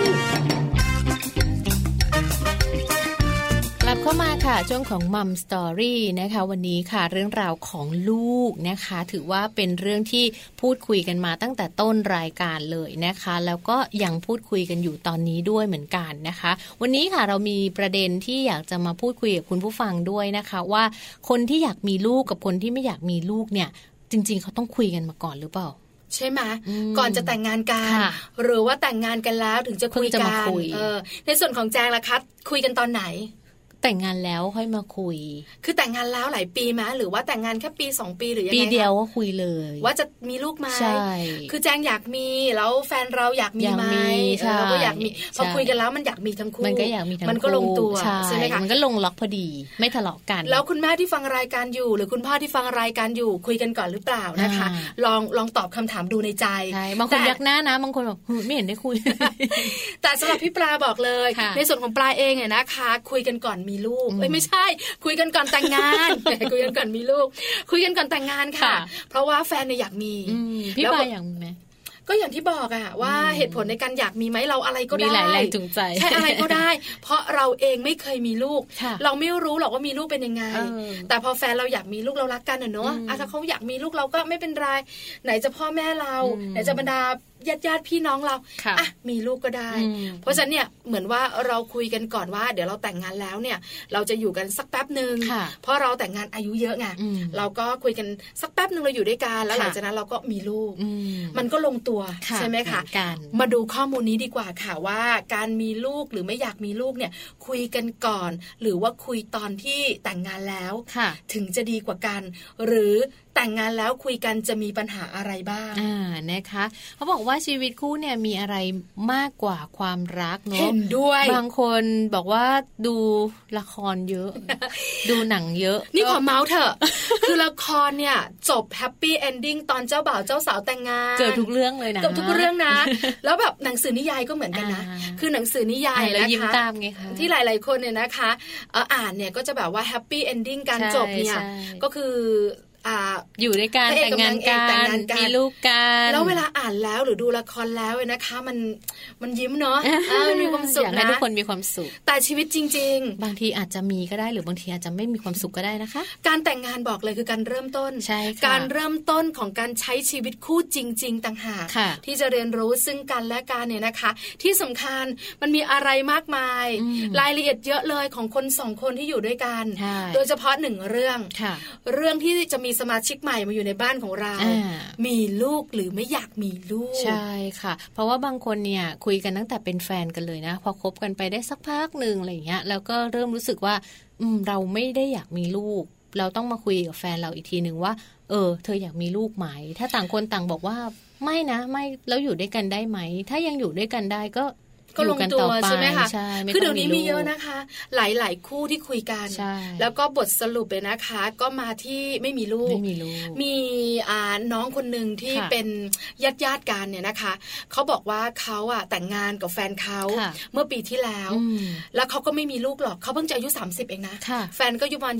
กลับเข้ามาค่ะช่วงของ Mum Story นะคะวันนี้ค่ะเรื่องราวของลูกนะคะถือว่าเป็นเรื่องที่พูดคุยกันมาตั้งแต่ต้นรายการเลยนะคะแล้วก็ยังพูดคุยกันอยู่ตอนนี้ด้วยเหมือนกันนะคะวันนี้ค่ะเรามีประเด็นที่อยากจะมาพูดคุยกับคุณผู้ฟังด้วยนะคะว่าคนที่อยากมีลูกกับคนที่ไม่อยากมีลูกเนี่ยจริงๆเขาต้องคุยกันมาก่อนหรือเปล่า
ใช่ไหมก่อนจะแต่งงานกันหรือว่าแต่งงานกันแล้วถึงจะคุยกันในส่วนของแจงล่ะคะคุยกันตอนไหน
แต่งงานแล้วค่อยมาคุย
คือแต่งงานแล้วหลายปีมั้ยหรือว่าแต่งงานแค่ปี2ปีหรือยังไง
ปีเดียวก็คุยเลย
ว่าจะมีลูกมั้ยคือแจงอยากมีแล้วแฟนเราอยากมีมั้ยเราก็อยากมีพอคุยกันแล้วมันอยากมีทั้งคู่
มันก็อยากมีทั้งคู่
มันก็ลงตัวใช่มั้ยคะ
มันก็ลงล็อกพอดีไม่ทะเลาะกัน
แล้วคุณแม่ที่ฟังรายการอยู่หรือคุณพ่อที่ฟังรายการอยู่คุยกันก่อนหรือเปล่านะคะลองตอบคำถามดูในใจ
บางคนยักหน้านะบางคนแบบไม่เห็นได้คุย
แต่สำหรับพี่ปลาบอกเลยในส่วนของปลาเองเนี่ยนะคะคุยกันก่อนมีลูกไม่ใช่คุยกันก่อนแต่งงานคุยกันก่อนมีลูกคุยกันก่อนแต่งงานค่ะเพราะว่าแฟนเนี่ยอยากมี
พี่ปลาอยากมีไหม
ก็อย่างที่บอกอะว่าเหตุผลในการอยากมีไหมเราอะไรก็ได้
มีหลายแรงจูงใจ
ใช่อะไรก็ได้เพราะเราเองไม่เคยมีลูกเราไม่รู้หรอกว่ามีลูกเป็นยังไงแต่พอแฟนเราอยากมีลูกเรารักกันเนอะถ้าเขาอยากมีลูกเราก็ไม่เป็นไรไหนจะพ่อแม่เราไหนจะบรรดาญาติพี่น้องเราอ่ะมีลูกก็ได้เพราะฉะนั้นเนี่ยเหมือนว่าเราคุยกันก่อนว่าเดี๋ยวเราแต่งงานแล้วเนี่ยเราจะอยู่กันสักแป๊บนึงเพราะเราแต่งงานอายุเยอะไงเราก็คุยกันสักแป๊บนึงเราอยู่ด้วยกันแล้วหลังจากนั้นเราก็มีลูกมันก็ลงตัวใช่ไหมคะมาดูข้อมูลนี้ดีกว่าค่ะว่าการมีลูกหรือไม่อยากมีลูกเนี่ยคุยกันก่อนหรือว่าคุยตอนที่แต่งงานแล้วถึงจะดีกว่ากันหรือแต่งงานแล้วคุยกันจะมีปัญหาอะไรบ้าง
นะคะเขาบอกว่าชีวิตคู่เนี่ยมีอะไรมากกว่าความรักเนาะ
เห็นด้วย
บางคนบอกว่าดูละครเยอะ ดูหนังเยอะ
นี่ขอเมาส์เถอะคือละครเนี่ยจบแฮปปี้เอนดิ้งตอนเจ้าบ่าวเจ้าสาวแต่งงาน
เกิดทุกเรื่องเลยนะ
เกิดทุกเรื่องนะแล้วแบบหนังสือนิยายก็เหมือนกันนะคือหนังสือนิยาย
นะคะ
ที่หลายๆคนเนี่ยนะคะอ่านเนี่ยก็จะแบบว่าแฮปปี้เอนดิ้งการจบเนี่ยก็คือ
อยู่ด้วยกันแต่งงานกันมีลูกกัน
แล้วเวลาอ่านแล้วหรือดูละครแล้วนะคะมันยิ้มเนาะมีความสุขนะ
อยากให้ทุกคนมีความสุข
แต่ชีวิตจริง
ๆบางทีอาจจะมีก็ได้หรือบางทีอาจจะไม่มีความสุขก็ได้นะคะ
การแต่งงานบอกเลยคือการเริ่มต้นการเริ่มต้นของการใช้ชีวิตคู่จริงๆต่างหากที่จะเรียนรู้ซึ่งกันและกันเนี่ยนะคะที่สำคัญมันมีอะไรมากมายรายละเอียดเยอะเลยของคน2คนที่อยู่ด้วยกันโดยเฉพาะ1เรื่องที่จะมีสมาชิกใหม่มาอยู่ในบ้านของเรามีลูกหรือไม่อยากมีลูก
ใช่ค่ะเพราะว่าบางคนเนี่ยคุยกันตั้งแต่เป็นแฟนกันเลยนะพอคบกันไปได้สักพักนึงอะไรอย่างเงี้ยแล้วก็เริ่มรู้สึกว่าเราไม่ได้อยากมีลูกเราต้องมาคุยกับแฟนเราอีกทีนึงว่าเธออยากมีลูกไหมถ้าต่างคนต่างบอกว่าไม่นะไม่แล้วอยู่ด้วยกันได้ไหมถ้ายังอยู่ด้วยกันได้ก็
ลงตัวใช่ไหมคะคือเดี๋ยวนี้มีเยอะนะคะหลายๆคู่ที่คุยกันแล้วก็บทสรุปเลยนะคะก็มาที่ไม่มีลูกมีน้องคนหนึ่งที่เป็นญาติกันเนี่ยนะคะเขาบอกว่าเขาแต่งงานกับแฟนเขาเมื่อปีที่แล้วแล้วเขาก็ไม่มีลูกหรอกเขาเพิ่งจะอายุ30เองนะแฟนก็อายุประมาณ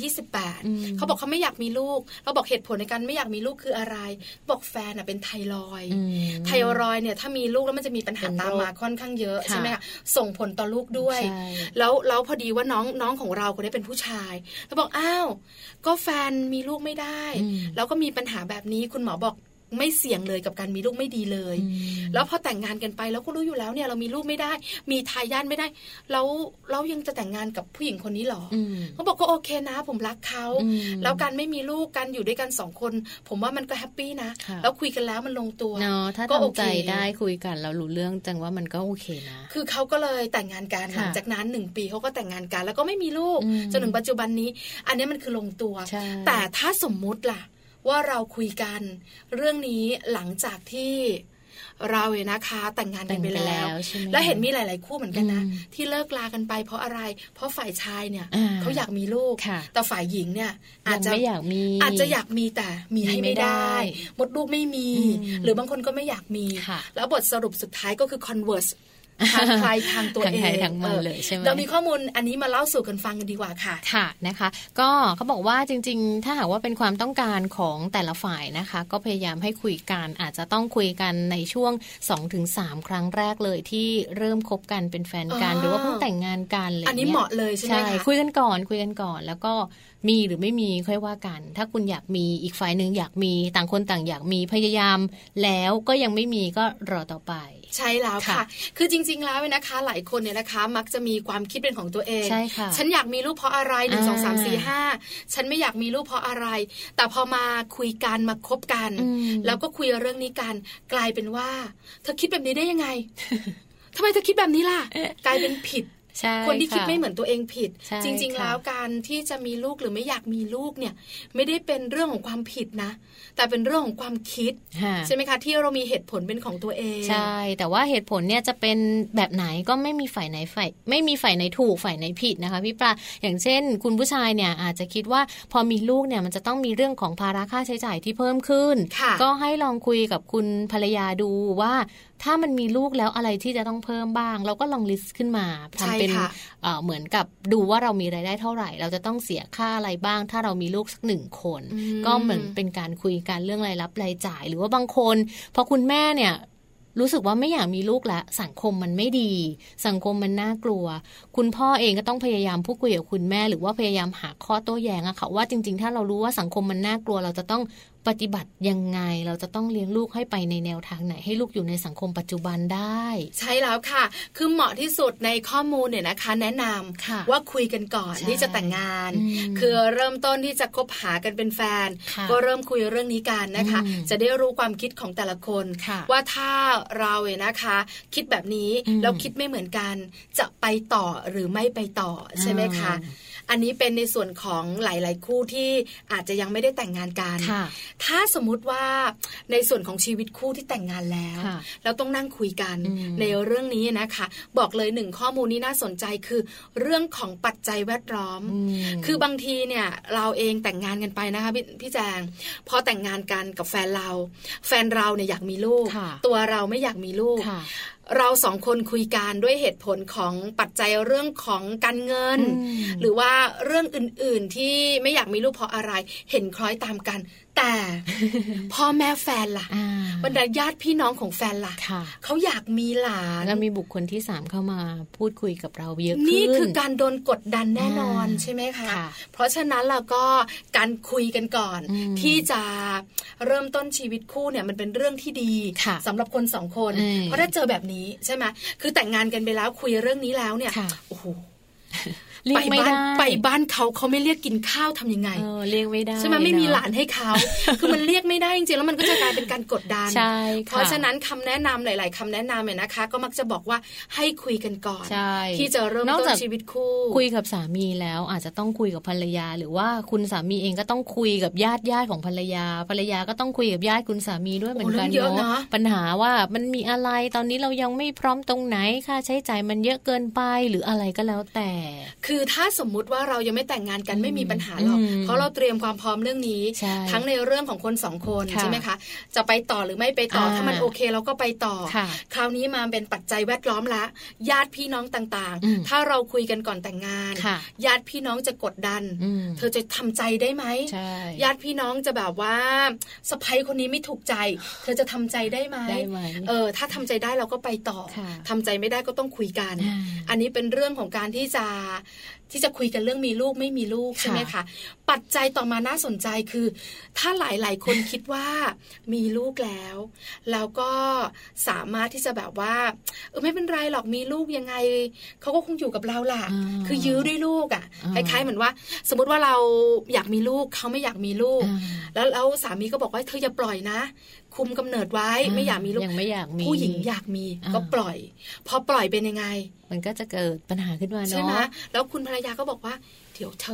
28เขาบอกเขาไม่อยากมีลูกเราบอกเหตุผลในการไม่อยากมีลูกคืออะไรบอกแฟนเป็นไทรอยด์เนี่ยถ้ามีลูกแล้วมันจะมีปัญหาตามมาค่อนข้างเยอะส่งผลต่อลูกด้วยแล้วพอดีว่าน้องของเราคนนี้เป็นผู้ชายแล้วบอกอ้าวก็แฟนมีลูกไม่ได้แล้วก็มีปัญหาแบบนี้คุณหมอบอกไม่เสี่ยงเลยกับการมีลูกไม่ดีเลยแล้วพอแต่งงานกันไปแล้วก็รู้อยู่แล้วเนี่ยเรามีลูกไม่ได้มีทายาทไม่ได้แล้วยังจะแต่งงานกับผู้หญิงคนนี้หรอเขาบอกก็โอเคนะผมรักเขาแล้วการไม่มีลูกกันอยู่ด้วยกัน2คนผมว่ามันก็แฮปปี้นะแล้วคุยกันแล้วมันลงตัว
เนาะถ้าทำใจได้คุยกันแล้วรู้เรื่องจังว่ามันก็โอเคนะ
คือเขาก็เลยแต่งงานกันหลังจากนั้น1ปีเขาก็แต่งงานกันแล้วก็ไม่มีลูกจนถึงปัจจุบันนี้อันนี้มันคือลงตัวแต่ถ้าสมมุติล่ะว่าเราคุยกันเรื่องนี้หลังจากที่เราเนี่ยนะคะแต่งงานกันไปแล้วแล้วเห็นมีหลายๆคู่เหมือนกันนะที่เลิกลากันไปเพราะอะไรเพราะฝ่ายชายเนี่ยเขาอยากมีลูกแต่ฝ่ายหญิงเนี่ยอาจจะอยากมีแต่มีให้ไม่ได้มดลูกไม่มีหรือบางคนก็ไม่อยากมีแล้วบทสรุปสุดท้ายก็คือ converseทางใครทางตัวเอง
ทางมันเลยใช่ไหม
เรามีข้อมูลอันนี้มาเล่าสู่กันฟังกันดีกว่าค่ะ
ค่ะนะคะก็เขาบอกว่าจริงๆถ้าหากว่าเป็นความต้องการของแต่ละฝ่ายนะคะก็พยายามให้คุยกันอาจจะต้องคุยกันในช่วง 2-3 ครั้งแรกเลยที่เริ่มคบกันเป็นแฟนกันหรือว่าเพิ่งแต่งงานกันอะไร
อันนี้เหมาะเลยใช่ไหมคะ
คุยกันก่อนแล้วก็มีหรือไม่มีค่อยว่ากันถ้าคุณอยากมีอีกฝ่ายนึงอยากมีต่างคนต่างอยากมีพยายามแล้วก็ยังไม่มีก็รอต่อไป
ใช่แล้วค่ะคือจริงๆแล้วนะคะหลายคนเนี่ยนะคะมักจะมีความคิดเป็นของตัวเอง
ใช่ค่ะ
ฉันอยากมีลูกเพราะอะไร1 2 3 4 5ฉันไม่อยากมีลูกเพราะอะไรแต่พอมาคุยกันมาคบกันแล้วก็คุยเรื่องนี้กันกลายเป็นว่าเธอคิดแบบนี้ได้ยังไง ทำไมเธอคิดแบบนี้ล่ะกลายเป็นผิดคนที่คิดไม่เหมือนตัวเองผิดจริงๆแล้วการที่จะมีลูกหรือไม่อยากมีลูกเนี่ยไม่ได้เป็นเรื่องของความผิดนะแต่เป็นเรื่องของความคิดใช่ไหมคะที่เรามีเหตุผลเป็นของตัวเอง
ใช่แต่ว่าเหตุผลเนี่ยจะเป็นแบบไหนก็ไม่มีฝ่ายไหนไม่มีฝ่ายไหนถูกฝ่ายไหนผิดนะคะพี่ปลาอย่างเช่นคุณผู้ชายเนี่ยอาจจะคิดว่าพอมีลูกเนี่ยมันจะต้องมีเรื่องของภาระค่าใช้จ่ายที่เพิ่มขึ้นก็ให้ลองคุยกับคุณภรรยาดูว่าถ้ามันมีลูกแล้วอะไรที่จะต้องเพิ่มบ้างเราก็ลองลิสต์ขึ้นมาทำเป็นเหมือนกับดูว่าเรามีรายได้เท่าไหร่เราจะต้องเสียค่าอะไรบ้างถ้าเรามีลูกสัก1 คนก็เหมือนเป็นการคุยกันเรื่องรายรับรายจ่ายหรือว่าบางคนพอคุณแม่เนี่ยรู้สึกว่าไม่อยากมีลูกแล้วสังคมมันไม่ดีสังคมมันน่ากลัวคุณพ่อเองก็ต้องพยายามพูดคุยกับคุณแม่หรือว่าพยายามหาข้อโต้แย้งอะค่ะว่าจริงๆถ้าเรารู้ว่าสังคมมันน่ากลัวเราจะต้องปฏิบัติยังไงเราจะต้องเลี้ยงลูกให้ไปในแนวทางไหนให้ลูกอยู่ในสังคมปัจจุบันได้
ใช่แล้วค่ะคือเหมาะที่สุดในข้อมูลเนี่ยนะคะแนะนำว่าคุยกันก่อนที่จะแต่งงานคือเริ่มต้นที่จะคบหากันเป็นแฟนก็เริ่มคุยเรื่องนี้กันนะคะจะได้รู้ความคิดของแต่ละคนว่าถ้าเราเนี่ยนะคะคิดแบบนี้แล้วคิดไม่เหมือนกันจะไปต่อหรือไม่ไปต่อใช่ไหมคะอันนี้เป็นในส่วนของหลายๆคู่ที่อาจจะยังไม่ได้แต่งงานกันถ้าสมมุติว่าในส่วนของชีวิตคู่ที่แต่งงานแล้วต้องนั่งคุยกันในเรื่องนี้นะคะบอกเลย1ข้อมูลนี้น่าสนใจคือเรื่องของปัจจัยแวดล้อมคือบางทีเนี่ยเราเองแต่งงานกันไปนะคะพี่แจงพอแต่งงานกันกับแฟนเราเนี่ยอยากมีลูกตัวเราไม่อยากมีลูกเรา2 คนคุยกันด้วยเหตุผลของปัจจัยเรื่องของการเงินหรือว่าเรื่องอื่นๆที่ไม่อยากมีลูกเพราะอะไรเห็นคล้อยตามกันแต่พ่อแม่แฟนล่ะบรรดาญาติพี่น้องของแฟนล่ะเขาอยากมีหลาน
แล้วมีบุคคลที่3เข้ามาพูดคุยกับเราเยอะขึ้น
นี่คือการโดนกดดันแน่นอนใช่ไหมคะเพราะฉะนั้นเราก็การคุยกันก่อนที่จะเริ่มต้นชีวิตคู่เนี่ยมันเป็นเรื่องที่ดีสำหรับคน2 คนเพราะถ้าเจอแบบนี้ใช่ไหมคือแต่งงานกันไปแล้วคุยเรื่องนี้แล้วเนี่ยโอ้โหไปบ้านเขาไม่เรียกกินข้าวทำยังไง
เรียกไม่ได้
ใช่ไหมไม่มีหลานให้เขาคือมันเรียกไม่ได้จริงๆแล้วมันก็จะกลายเป็นการกดดันเพราะฉะนั้นคำแนะนำหลายๆคำแนะนำเนี่ยนะคะก็มักจะบอกว่าให้คุยกันก่อนที่จะเริ่มต้นชีวิตคู่
คุยกับสามีแล้วอาจจะต้องคุยกับภรรยาหรือว่าคุณสามีเองก็ต้องคุยกับญาติของภรรยาก็ต้องคุยกับญาติคุณสามีด้วยเหมือนกันเนาะปัญหาว่ามันมีอะไรตอนนี้เรายังไม่พร้อมตรงไหนค่าใช้จ่ายมันเยอะเกินไปหรืออะไรก็แล้วแต่
คือถ้าสมมุติว่าเรายังไม่แต่งงานกันไม่มีปัญหาหรอกเพราะเราเตรียมความพร้อมเรื่องนี้ทั้งในเรื่องของคน2 คนใช่ไหมคะจะไปต่อหรือไม่ไปต่อถ้ามันโอเคเราก็ไปต่อคราวนี้มาเป็นปัจจัยแวดล้อมละญาติพี่น้องต่างๆถ้าเราคุยกันก่อนแต่งงานญาติพี่น้องจะกดดันเธอจะทำใจได้ไหมญาติพี่น้องจะแบบว่าสะใภ้คนนี้ไม่ถูกใจเธอจะทำใจได้ไหมถ้าทำใจได้เราก็ไปต่อทำใจไม่ได้ก็ต้องคุยกันอันนี้เป็นเรื่องของการที่จะคุยกันเรื่องมีลูกไม่มีลูกใช่ไหมคะปัจจัยต่อมาน่าสนใจคือถ้าหลายๆคนคิดว่ามีลูกแล้วก็สามารถที่จะแบบว่าไม่เป็นไรหรอกมีลูกยังไงเขาก็คงอยู่กับเราล่ะคือยื้อด้วยลูกอ่ะคล้ายๆเหมือนว่าสมมติว่าเราอยากมีลูกเขาไม่อยากมีลูกแล้วสามีก็บอกว่าเธออย่าปล่อยนะคุมกำเนิดไว้ไม่อยากมีลูก
ยังไม่อยากมี
ผู้หญิงอยากมีก็ปล่อยพอปล่อยเป็นยังไง
มันก็จะเกิดปัญหาขึ้นมาเนาะ
ใช่ไหมแล้วคุณภรรยาก็บอกว่าเดี๋ยวเธอ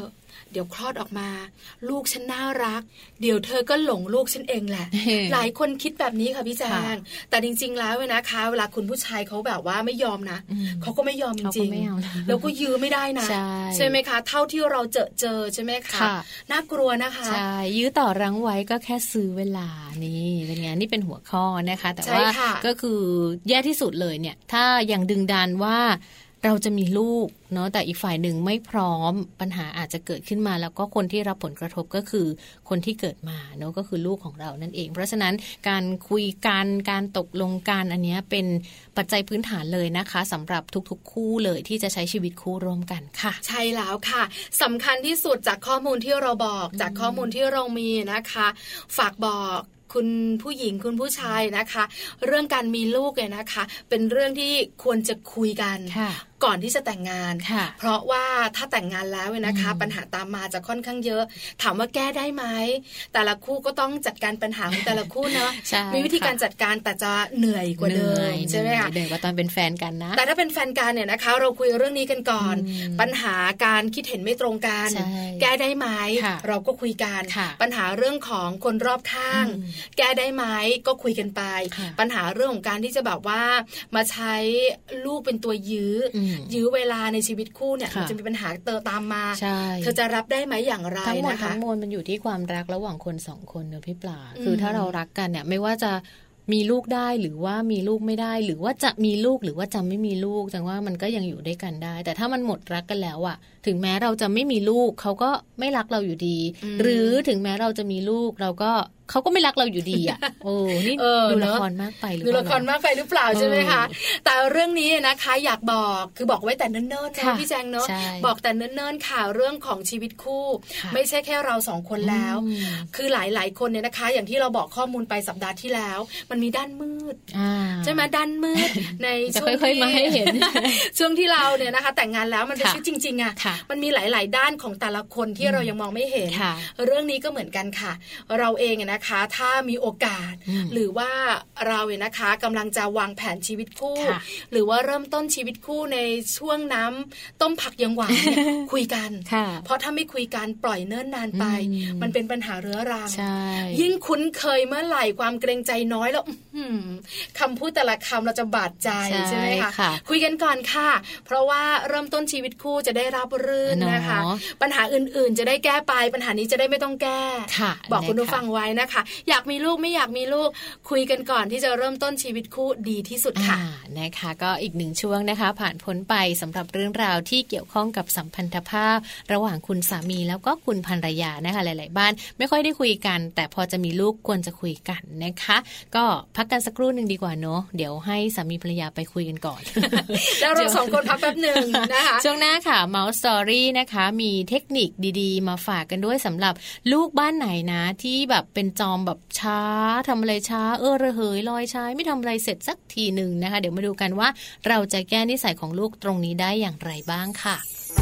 เดี๋ยวคลอดออกมาลูกฉันน่ารักเดี๋ยวเธอก็หลงลูกฉันเองแหละ หลายคนคิดแบบนี้ค่ะพี่แจงแต่จริงๆแล้วนะคะเวลาคุณผู้ชายเขาแบบว่าไม่ยอมนะเขาก็ไม่ยอมจริงๆแล้วก็ยื้อไม่ได้นะใช่ไหมคะเท่าที่เราเจอใช่ไหมคะน่ากลัวนะคะ
ใช่ยื้อต่อรั้งไว้ก็แค่ซื้อเวลานี่เป็นไงนี่เป็นหัวข้อนะคะแต่ว่าก็คือแย่ที่สุดเลยเนี่ยถ้ายังดึงดันว่าเราจะมีลูกเนาะแต่อีกฝ่ายหนึ่งไม่พร้อมปัญหาอาจจะเกิดขึ้นมาแล้วก็คนที่รับผลกระทบก็คือคนที่เกิดมาเนาะก็คือลูกของเรานั่นเองเพราะฉะนั้นการคุยกันการตกลงกันอันนี้เป็นปัจจัยพื้นฐานเลยนะคะสำหรับทุกๆคู่เลยที่จะใช้ชีวิตคู่ร่วมกันค่ะ
ใช่แล้วค่ะสำคัญที่สุดจากข้อมูลที่เราบอกจากข้อมูลที่เรามีนะคะฝากบอกคุณผู้หญิงคุณผู้ชายนะคะเรื่องการมีลูกเนี่ยนะคะเป็นเรื่องที่ควรจะคุยกันก่อนที่จะแต่งงานเพราะว่าถ้าแต่งงานแล้วนะคะปัญหาตามมาจะค่อนข้างเยอะถามว่าแก้ได้ไหมแต่ละคู่ก็ต้องจัดการปัญหาของแต่ละคู่เนาะมีวิธีการจัดการแต่จะเหนื่อยกว่าเดิมใช่ไหมคะ
เหนื่อยกว่าตอนเป็นแฟนกันนะ
แต่ถ้าเป็นแฟนกันเนี่ยนะคะเราคุยเรื่องนี้กันก่อนปัญหาการคิดเห็นไม่ตรงกันแก้ได้ไหมเราก็คุยกันปัญหาเรื่องของคนรอบข้างแก้ได้ไหมก็คุยกันไปปัญหาเรื่องของการที่จะแบบว่ามาใช้ลูกเป็นตัวยื้อเวลาในชีวิตคู่เนี่ยมันจะมีปัญหาตามมาเธอจะรับได้ไหมอย่างไร
ทั้งหมดทั้งมวลมันอยู่ที่ความรักระหว่างคนสองคนเนอะพี่ปลาคือถ้าเรารักกันเนี่ยไม่ว่าจะมีลูกได้หรือว่ามีลูกไม่ได้หรือว่าจะมีลูกหรือว่าจะไม่มีลูกจังว่ามันก็ยังอยู่ด้วยกันได้แต่ถ้ามันหมดรักกันแล้วอะถึงแม้เราจะไม่มีลูกเขาก็ไม่รักเราอยู่ดีหรือถึงแม้เราจะมีลูกเขาก็ไม่รักเราอยู่ดีอ่ะโอ้นี่ดูละครมากไปหรือเปล่า
ดูละครมากไปหรือเปล่าใช่ไหมคะแต่เรื่องนี้นะคะอยากบอกคือบอกไว้แต่เนิ่นๆนะพี่แจงเนาะบอกแต่เนิ่นๆค่ะเรื่องของชีวิตคู่ไม่ใช่แค่เราสองคนแล้วคือหลายๆคนเนี่ยนะคะอย่างที่เราบอกข้อมูลไปสัปดาห์ที่แล้วมันมีด้านมืดใช่ไหมด้านมืดในช่วงที่
มาให้เห็น
ช่วงที่เราเนี่ยนะคะแต่งงานแล้วมันเป็นชีวิตจริงๆอ่ะมันมีหลายๆด้านของแต่ละคนที่เรายังมองไม่เห็นเรื่องนี้ก็เหมือนกันค่ะเราเองนะคะถ้ามีโอกาสหรือว่าเราเนี่ยนะคะกำลังจะวางแผนชีวิตคู่หรือว่าเริ่มต้นชีวิตคู่ในช่วงน้ำต้มผักยังหวานเนี่ยคุยกันเพราะถ้าไม่คุยกันปล่อยเนิ่นนานไปมันเป็นปัญหาเรื้อรังยิ่งคุ้นเคยเมื่อไหร่ความเกรงใจน้อยแล้วคำพูดแต่ละคำเราจะบาดใจใช่ไหมคะคุยกันก่อนค่ะเพราะว่าเริ่มต้นชีวิตคู่จะได้ราบรื่นนะคะปัญหาอื่นๆจะได้แก้ไปปัญหานี้จะได้ไม่ต้องแก้บอกคุณผู้ฟังไว้นะคะอยากมีลูกไม่อยากมีลูกคุยกันก่อนที่จะเริ่มต้นชีวิตคู่ดีที่สุดค่ะ
นะคะก็อีกหนึ่งช่วงนะคะผ่านพ้นไปสำหรับเรื่องราวที่เกี่ยวข้องกับสัมพันธภาพระหว่างคุณสามีแล้วก็คุณภรรยานะคะหลายๆบ้านไม่ค่อยได้คุยกันแต่พอจะมีลูกควรจะคุยกันนะคะก็พักกันสักครู่นึงดีกว่าเนาะเดี๋ยวให้สามีภรรยาไปคุยกันก่อน
แล้วเราสองคนพักแป๊บนึงนะคะ
ช่วงหน้าค่ะ Mouse Story นะคะมีเทคนิคดีๆมาฝากกันด้วยสำหรับลูกบ้านไหนนะที่แบบเป็นจอมแบบช้าทำอะไรช้าระเหยลอยช้าไม่ทำอะไรเสร็จสักทีหนึ่งนะคะเดี๋ยวมาดูกันว่าเราจะแก้นิสัยของลูกตรงนี้ได้อย่างไรบ้างค่ะ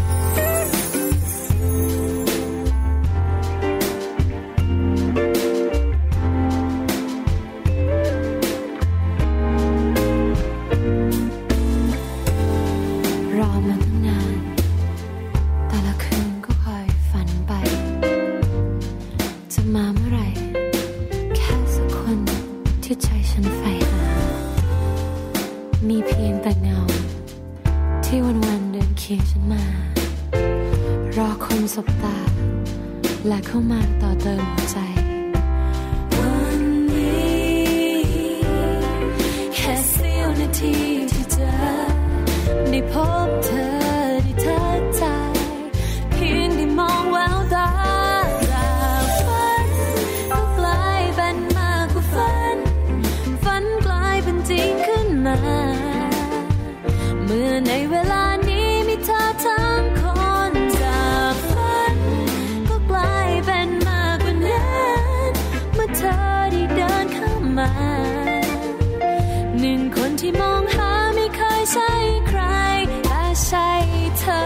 รอมาตั้งนานแต่ละคืนก็คอยฝันไปจะมาเมื่อไหร่แค่สักคนที่ใจฉันใฝ่หามีเพียงแต่เงาที่วันๆเดินเคียงฉันมารอคนสบตาและเข้ามาต่อเติมหัวใจวันนี้แค่เสี้ยวนาทีที่เจอได้พบเธอได้ทักทายเพียงได้มองแววตาจากฝันก็กลายเป็นมากกว่าฝันกลายเป็นจริงขึ้นมาเมื่อในเวลานี้มีเธอทั้งคนจากฝันก็กลายเป็นมากกว่านั้นเมื่อเธอได้เดินเข้ามาหนึ่งคนที่มองหาไม่เคยใช่ใครแต่ใช่เธอ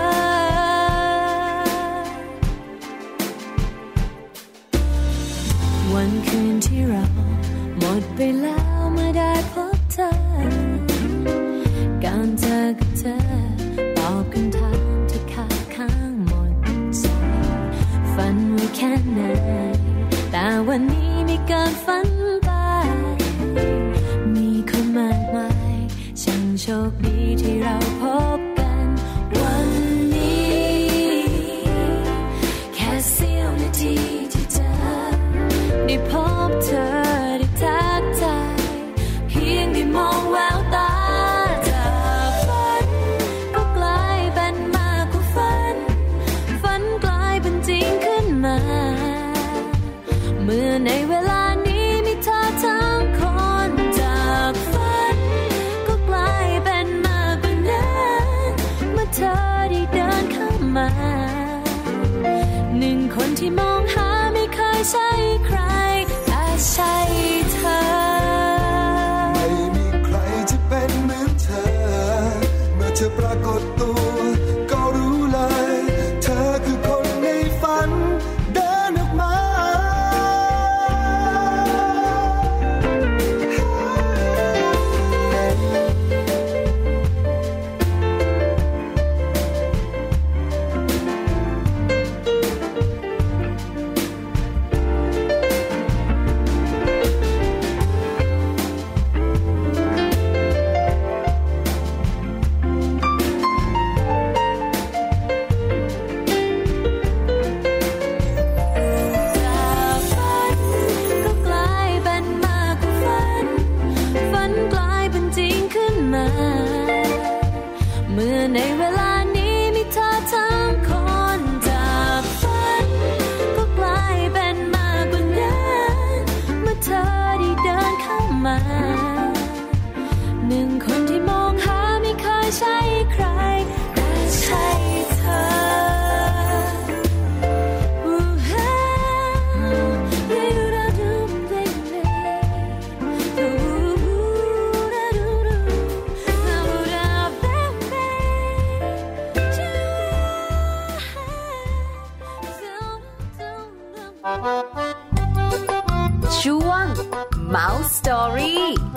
วันคืนที่เราหมดไปแล้วเมื่อได้พบเธอการเจอกับเธอตอบคำถามที่ค้างหมดใจแค่ไหนแต่วันนี้ไม่เกินฝันไปมีคนมากมายช่างโชคดีที่เราพบกันวันนี้แค่เสี้ยวนาทีที่เจอได้พบเธอได้ทักทายเพียงได้มองแววตาจากฝันก็กลายเป็นมากกว่าฝันฝันกลายเป็นจริงขึ้นมาเมื่อในเวลานี้มีเธอทั้งคนจากฝันก็กลายเป็นมากกว่านั้นเมื่อเธอได้เดินเข้ามาหนึ่งคนที่มองหาไม่เคยใช่ใครแต่ใช่เธอ
ไม่มีใครที่เป็นเหมือนเธอเมื่อเธอปรากฏตัวก็รู้เลยเธอคือคนในฝันเดินออกมา
ในเวลานี้มีเธอทั้งคนจากฝันก็กลายเป็นมากกว่านั้นเมื่อเธอได้เดินเข้ามาหนึ่งคนที่มองหาไม่เคยใช่ใครแต่ใช่เธอ
ช่วง Mouse Story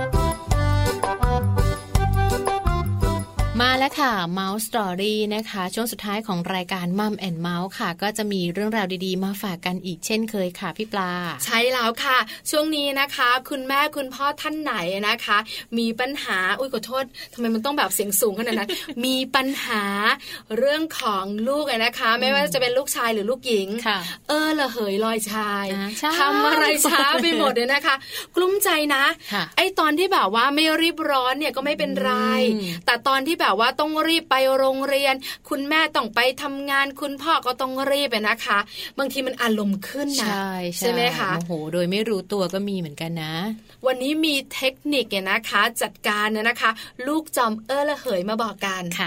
มาแล้วค่ะ Mouse Story นะคะช่วงสุดท้ายของรายการ Mum and Mouse ค่ะก็จะมีเรื่องราวดีๆมาฝากกันอีกเช่นเคยค่ะพี่ปลา
ใช่แล้วค่ะช่วงนี้นะคะคุณแม่คุณพ่อท่านไหนนะคะมีปัญหาขอโทษทำไมมันต้องแบบเสียงสูงขนาดนั้น มีปัญหาเรื่องของลูกนะคะไม่ว่าจะเป็นลูกชายหรือลูกหญิงละเหยลอยชายทำอะไรช้าไปหมดเลยนะคะกลุ้มใจนะไอ้ตอนที่แบบว่าไม่รีบร้อนเนี่ยก็ไม่เป็นไรแต่ตอนที่แบบว่าต้องรีบไปโรงเรียนคุณแม่ต้องไปทำงานคุณพ่อก็ต้องรีบนะคะบางทีมันอารมณ์ขึ้นนะใช่ไหมคะ
โอ้โหโดยไม่รู้ตัวก็มีเหมือนกันนะ
วันนี้มีเทคนิคเนี่ยนะคะจัดการนะคะลูกจอมละเหยมาบอกกัน
ค่ะ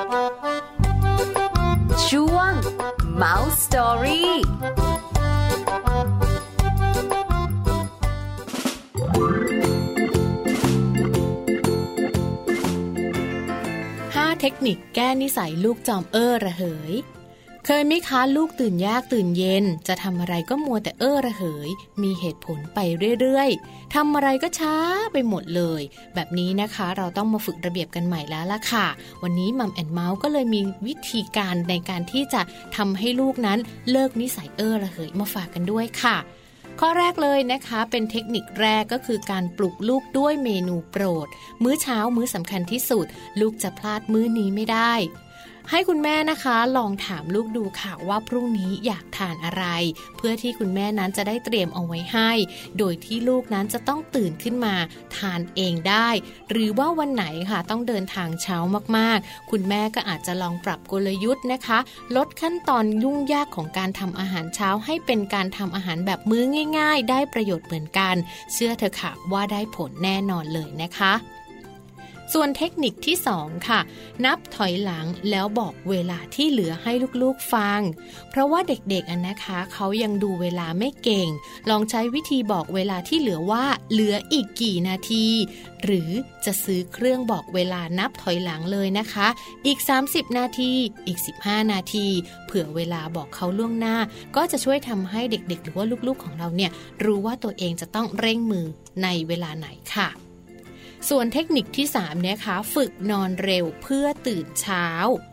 ช่วง Mouse Story
เทคนิคแก้นิสัยลูกจอมระเหยเคยไหมคะลูกตื่นยากตื่นเย็นจะทำอะไรก็มัวแต่ระเหยมีเหตุผลไปเรื่อยๆทำอะไรก็ช้าไปหมดเลยแบบนี้นะคะเราต้องมาฝึกระเบียบกันใหม่แล้วล่ะค่ะวันนี้มัมแอนด์เมาส์ก็เลยมีวิธีการในการที่จะทำให้ลูกนั้นเลิกนิสัยระเหยมาฝากกันด้วยค่ะข้อแรกเลยนะคะเป็นเทคนิคแรกก็คือการปลุกลูกด้วยเมนูโปรดมื้อเช้ามื้อสำคัญที่สุดลูกจะพลาดมื้อนี้ไม่ได้ให้คุณแม่นะคะลองถามลูกดูค่ะว่าพรุ่งนี้อยากทานอะไรเพื่อที่คุณแม่นั้นจะได้เตรียมเอาไว้ให้โดยที่ลูกนั้นจะต้องตื่นขึ้นมาทานเองได้หรือว่าวันไหนค่ะต้องเดินทางเช้ามากๆคุณแม่ก็อาจจะลองปรับกลยุทธ์นะคะลดขั้นตอนยุ่งยากของการทำอาหารเช้าให้เป็นการทำอาหารแบบมื้อง่ายๆได้ประโยชน์เหมือนกันเชื่อเถอะค่ะว่าได้ผลแน่นอนเลยนะคะส่วนเทคนิคที่2ค่ะนับถอยหลังแล้วบอกเวลาที่เหลือให้ลูกๆฟังเพราะว่าเด็กๆนะคะเขายังดูเวลาไม่เก่งลองใช้วิธีบอกเวลาที่เหลือว่าเหลืออีกกี่นาทีหรือจะซื้อเครื่องบอกเวลานับถอยหลังเลยนะคะอีก30นาทีอีก15นาทีเผื่อเวลาบอกเขาล่วงหน้าก็จะช่วยทำให้เด็กๆหรือว่าลูกๆของเราเนี่ยรู้ว่าตัวเองจะต้องเร่งมือในเวลาไหนค่ะส่วนเทคนิคที่3นะคะฝึกนอนเร็วเพื่อตื่นเช้า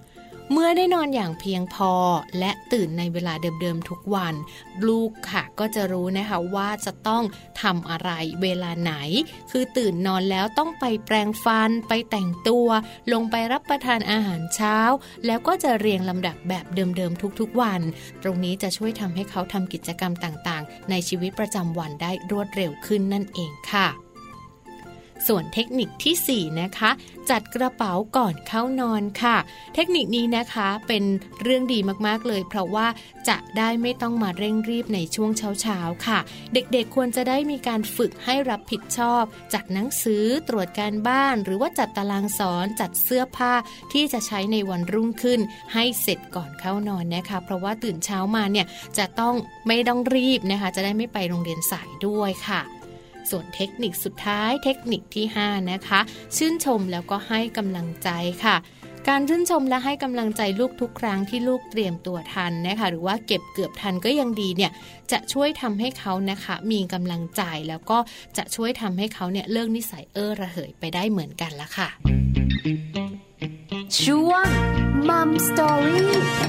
เมื่อได้นอนอย่างเพียงพอและตื่นในเวลาเดิมๆทุกวันลูกค่ะก็จะรู้นะคะว่าจะต้องทำอะไรเวลาไหนคือตื่นนอนแล้วต้องไปแปรงฟันไปแต่งตัวลงไปรับประทานอาหารเช้าแล้วก็จะเรียงลำดับแบบเดิมๆทุกๆวันตรงนี้จะช่วยทำให้เขาทำกิจกรรมต่างๆในชีวิตประจำวันได้รวดเร็วขึ้นนั่นเองค่ะส่วนเทคนิคที่4นะคะจัดกระเป๋าก่อนเข้านอนค่ะเทคนิคนี้นะคะเป็นเรื่องดีมากๆเลยเพราะว่าจะได้ไม่ต้องมาเร่งรีบในช่วงเช้าๆค่ะเด็กๆควรจะได้มีการฝึกให้รับผิดชอบจัดหนังสือตรวจการบ้านหรือว่าจัดตารางสอนจัดเสื้อผ้าที่จะใช้ในวันรุ่งขึ้นให้เสร็จก่อนเข้านอนนะคะเพราะว่าตื่นเช้ามาเนี่ยจะต้องไม่ต้องรีบนะคะจะได้ไม่ไปโรงเรียนสายด้วยค่ะส่วนเทคนิคสุดท้ายเทคนิคที่5นะคะชื่นชมแล้วก็ให้กำลังใจค่ะการชื่นชมและให้กำลังใจลูกทุกครั้งที่ลูกเตรียมตัวทันนะคะหรือว่าเก็บเกือบทันก็ยังดีเนี่ยจะช่วยทำให้เขานะคะมีกำลังใจแล้วก็จะช่วยทำให้เขาเนี่ยเลิกนิสัยระเหยไปได้เหมือนกันละค่ะ
ช่วง Mum Story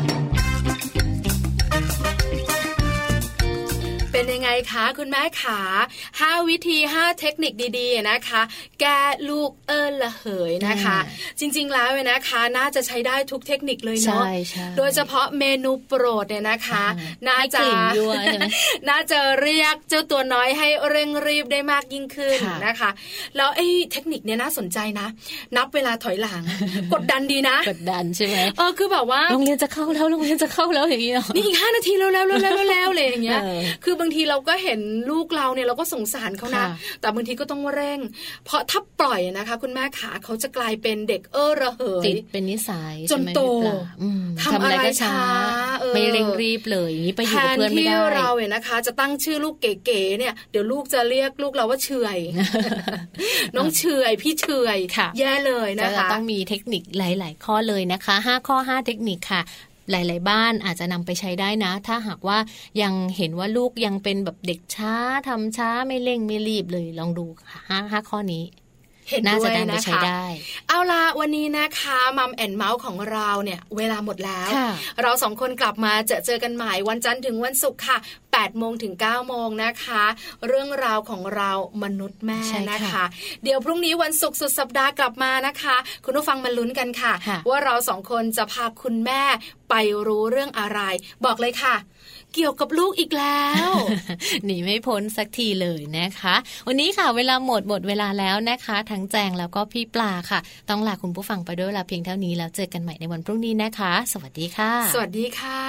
เป็นยังไงคะคุณแม่ขา5วิธี5เทคนิคดีๆนะคะแก้ลูกละเหยนะคะจริงๆแล้วเนี่ยนะคะน่าจะใช้ได้ทุกเทคนิคเลยเนาะโดยเฉพาะเมนูโปรดเนี่ยนะคะน่าจะเรียกเจ้าตัวน้อยให้เร่งรีบได้มากยิ่งขึ้นนะคะแล้วไอ้เทคนิคเนี่ยน่าสนใจนะนับเวลาถอยหลัง กดดันดีนะ
กดดันใช่ไหม
คือแบบว่า
โรงเรียนจะเข้าแล้วอย่างนี้เนาะ
นี่อีก5นาทีแล้วเลยอย่างเงี้ยคือบางทีเราก็เห็นลูกเราเนี่ยเราก็สงสารเขานะแต่บางทีก็ต้องเร่งเพราะถ้าปล่อยนะคะคุณแม่ขาเขาจะกลายเป็นเด็กระเหย
ติดเป็นนิสัย
จนโตทำอะไรช้า
ไม่เร่งรีบเลยอย่างนี้ไปอยู่กับเพื่อนไม่ได้
ที่เราเนี่ยนะคะจะตั้งชื่อลูกเก๋ๆเนี่ยเดี๋ยวลูกจะเรียกลูกเราว่าเฉย น้องเฉยพี่เฉยแย่เลยนะคะ
ต้องมีเทคนิคหลายๆข้อเลยนะคะ5ข้อ5เทคนิคค่ะหลายๆบ้านอาจจะนำไปใช้ได้นะถ้าหากว่ายังเห็นว่าลูกยังเป็นแบบเด็กช้าทำช้าไม่เร่งไม่รีบเลยลองดู5ข้อนี้น่าจะนำไปใช้ได้
เอาล่ะวันนี้นะคะมัมแอนด์เมาส์ของเราเนี่ยเวลาหมดแล้วเรา2คนกลับมาเจอกันใหม่วันจันทร์ถึงวันศุกร์ค่ะ8โมงถึง9โมงนะคะเรื่องราวของเรามนุษย์แม่นะคะเดี๋ยวพรุ่งนี้วันศุกร์สุดสัปดาห์กลับมานะคะคุณผู้ฟังมาลุ้นกันค่ะว่าเรา2คนจะพาคุณแม่ไปรู้เรื่องอะไรบอกเลยค่ะเกี่ยวกับลูกอีกแล้ว
หนีไม่พ้นสักทีเลยนะคะวันนี้ค่ะเวลาหมดเวลาแล้วนะคะทั้งแจงแล้วก็พี่ปลาค่ะต้องลาคุณผู้ฟังไปด้วยเวลาเพียงเท่านี้แล้วเจอกันใหม่ในวันพรุ่งนี้นะคะสวัสดีค่ะ
สวัสดีค่ะ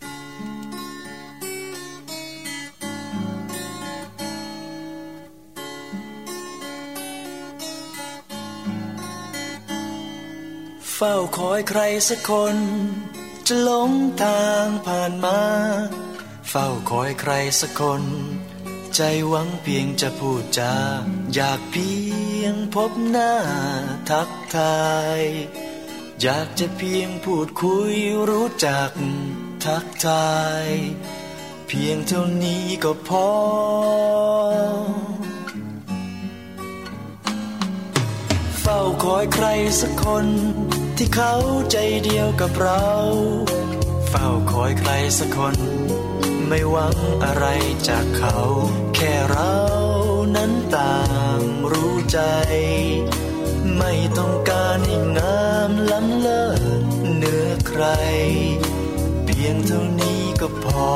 เฝ้าคอยใครสักคนจะหลงทางผ่านมาเฝ้าคอยใครสักคนใจหวังเพียงจะพูดจาอยากเพียงพบหน้าทักทายอยากจะเพียงพูดคุยรู้จักทักทายเพียงเท่านี้ก็พอเฝ้าคอยใครสักคนที่เขาใจเดียวกับเราเฝ้าคอยใครสักคนไม่หวังอะไรจากเขาแค่เรานั้นต่างรู้ใจไม่ต้องการให้งามล้ำเลิศเหนือใครเพียงเท่านี้ก็พอ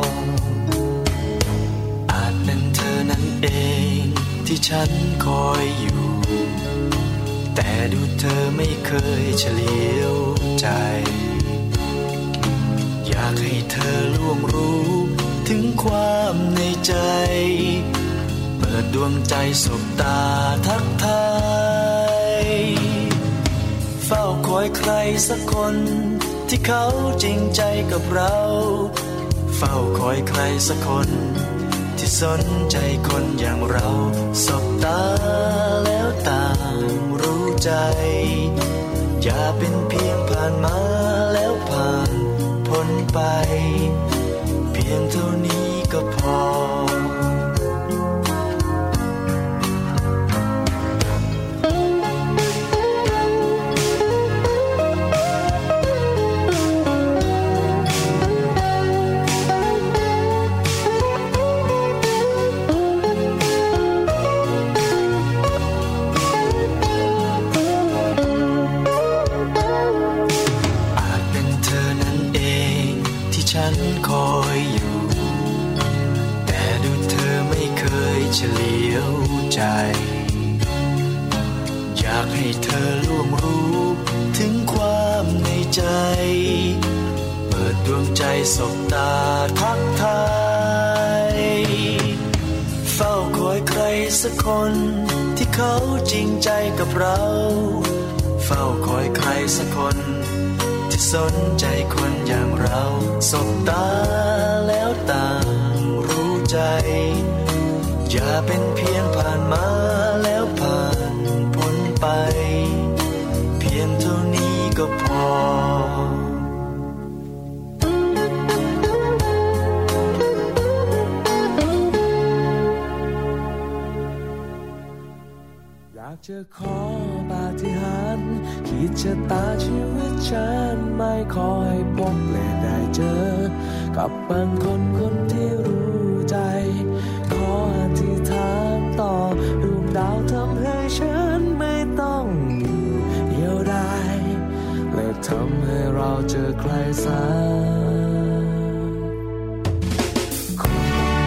อาจเป็นเธอนั้นเองที่ฉันคอยอยู่แต่ดูเธอไม่เคยเฉลียวใจอยากให้เธอล่วงรู้ถึงความในใจเปิดดวงใจสบตาทักทายเฝ้าคอยใครสักคนที่เขาจริงใจกับเราเฝ้าคอยใครสักคนที่สนใจคนอย่างเราสบตาแล้วต่างรู้ใจอย่าเป็นเพียงผ่านมาแล้วผ่านพ้นไปเพียงเท่านี้ก็พอรู้ใจอยากให้เธอล่วงรู้ถึงความในใจเปิดดวงใจสบตาทักทายเฝ้าคอยใครสักคนที่เขาจริงใจกับเราเฝ้าคอยใครสักคนที่สนใจคนอย่างเราสบตาแล้วต่างรู้ใจอย่าเป็นเพียงผ่านมาแล้วผ่านพ้นไปเพียงเท่านี้ก็พออยากจะขอปาฏิหาริย์ขีดชะตาชีวิตฉันไม่ขอให้พบและได้เจอกับบางคนคนที่รู้ใจขออธิษฐานต่อดวงดาวทำให้ฉันไม่ต้องอยู่เดียวดายและทำให้เราเจอใครสักคน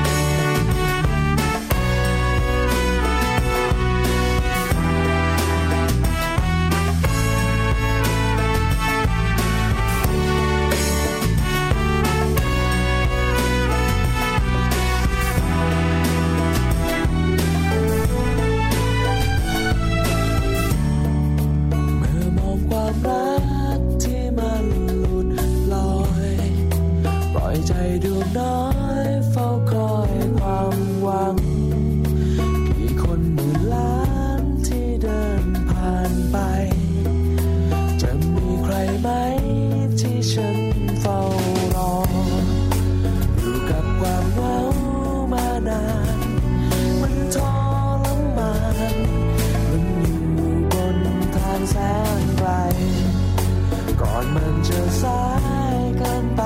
ใจดวงน้อยเฝ้าคอยความหวังกี่คนหมื่นล้านที่เดินผ่านไปจะมีใครไหมที่ฉันเฝ้ารออยู่กับความเหงามานานมันทรมานมันอยู่บนทางแสนไกลก่อนมันจะสายเกินไป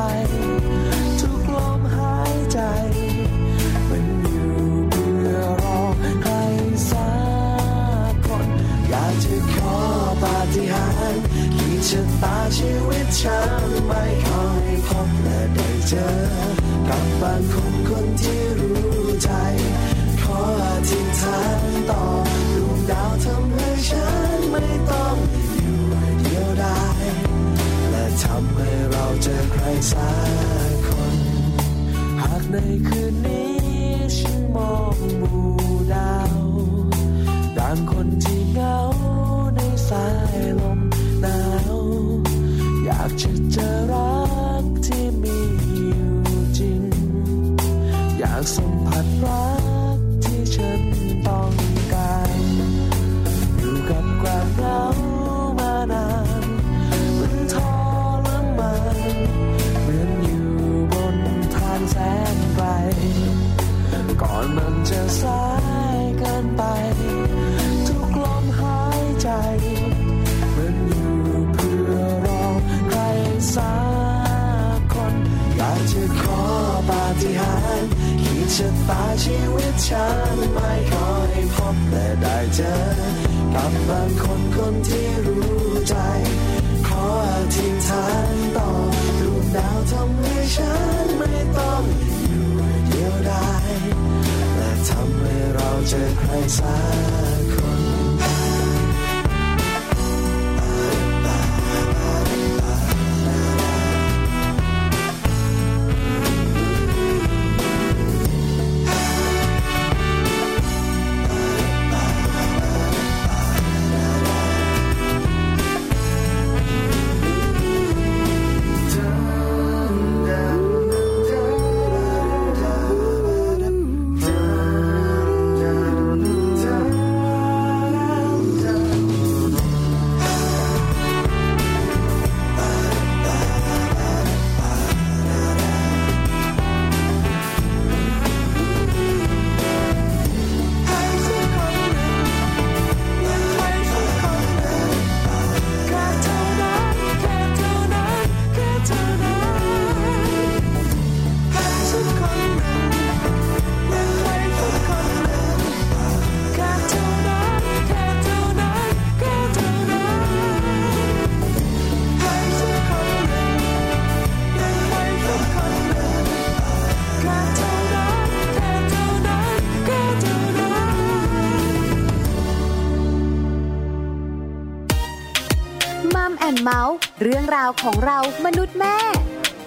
ใจมันอยู่เพื่อรอใครสักคนอยากจะขอปาฏิหาริย์ขีดชะตาชีวิตฉันไม่ขอให้พบและได้เจอกับบางคนคนที่รู้ใจขออธิษฐานต่อดวงดาวทำให้ฉันไม่ต้องอยู่เดียวดายและทำให้เราเจอใครสักคนหากในคืนนี้ฉันมองหมู่ดาวดังคนที่เหงาในสายลมหนาวอยากจะเจอรักที่มีอยู่จริงอยากสัมผัสรักที่ฉันต้องการอยู่กับความเหงามานานมันทรมานเหมือนอยู่บนทางแสนไกลก่อนมันจะสายเกินไปทุกลมหายใจมันอยู่เพื่อรอใครสักคนอยากจะขอปาฏิหาริย์ขีดชะตาชีวิตฉันไม่ขอให้พบและได้เจอกับบางคนคนที่รู้ใจขออธิษฐานต่อดวงดาวทำให้ฉันไม่ต้องอยู่เดียวดายและทำให้เราเจอใครสักคน
มัมแอนด์เมาส์เรื่องราวของเรามนุษย์แม่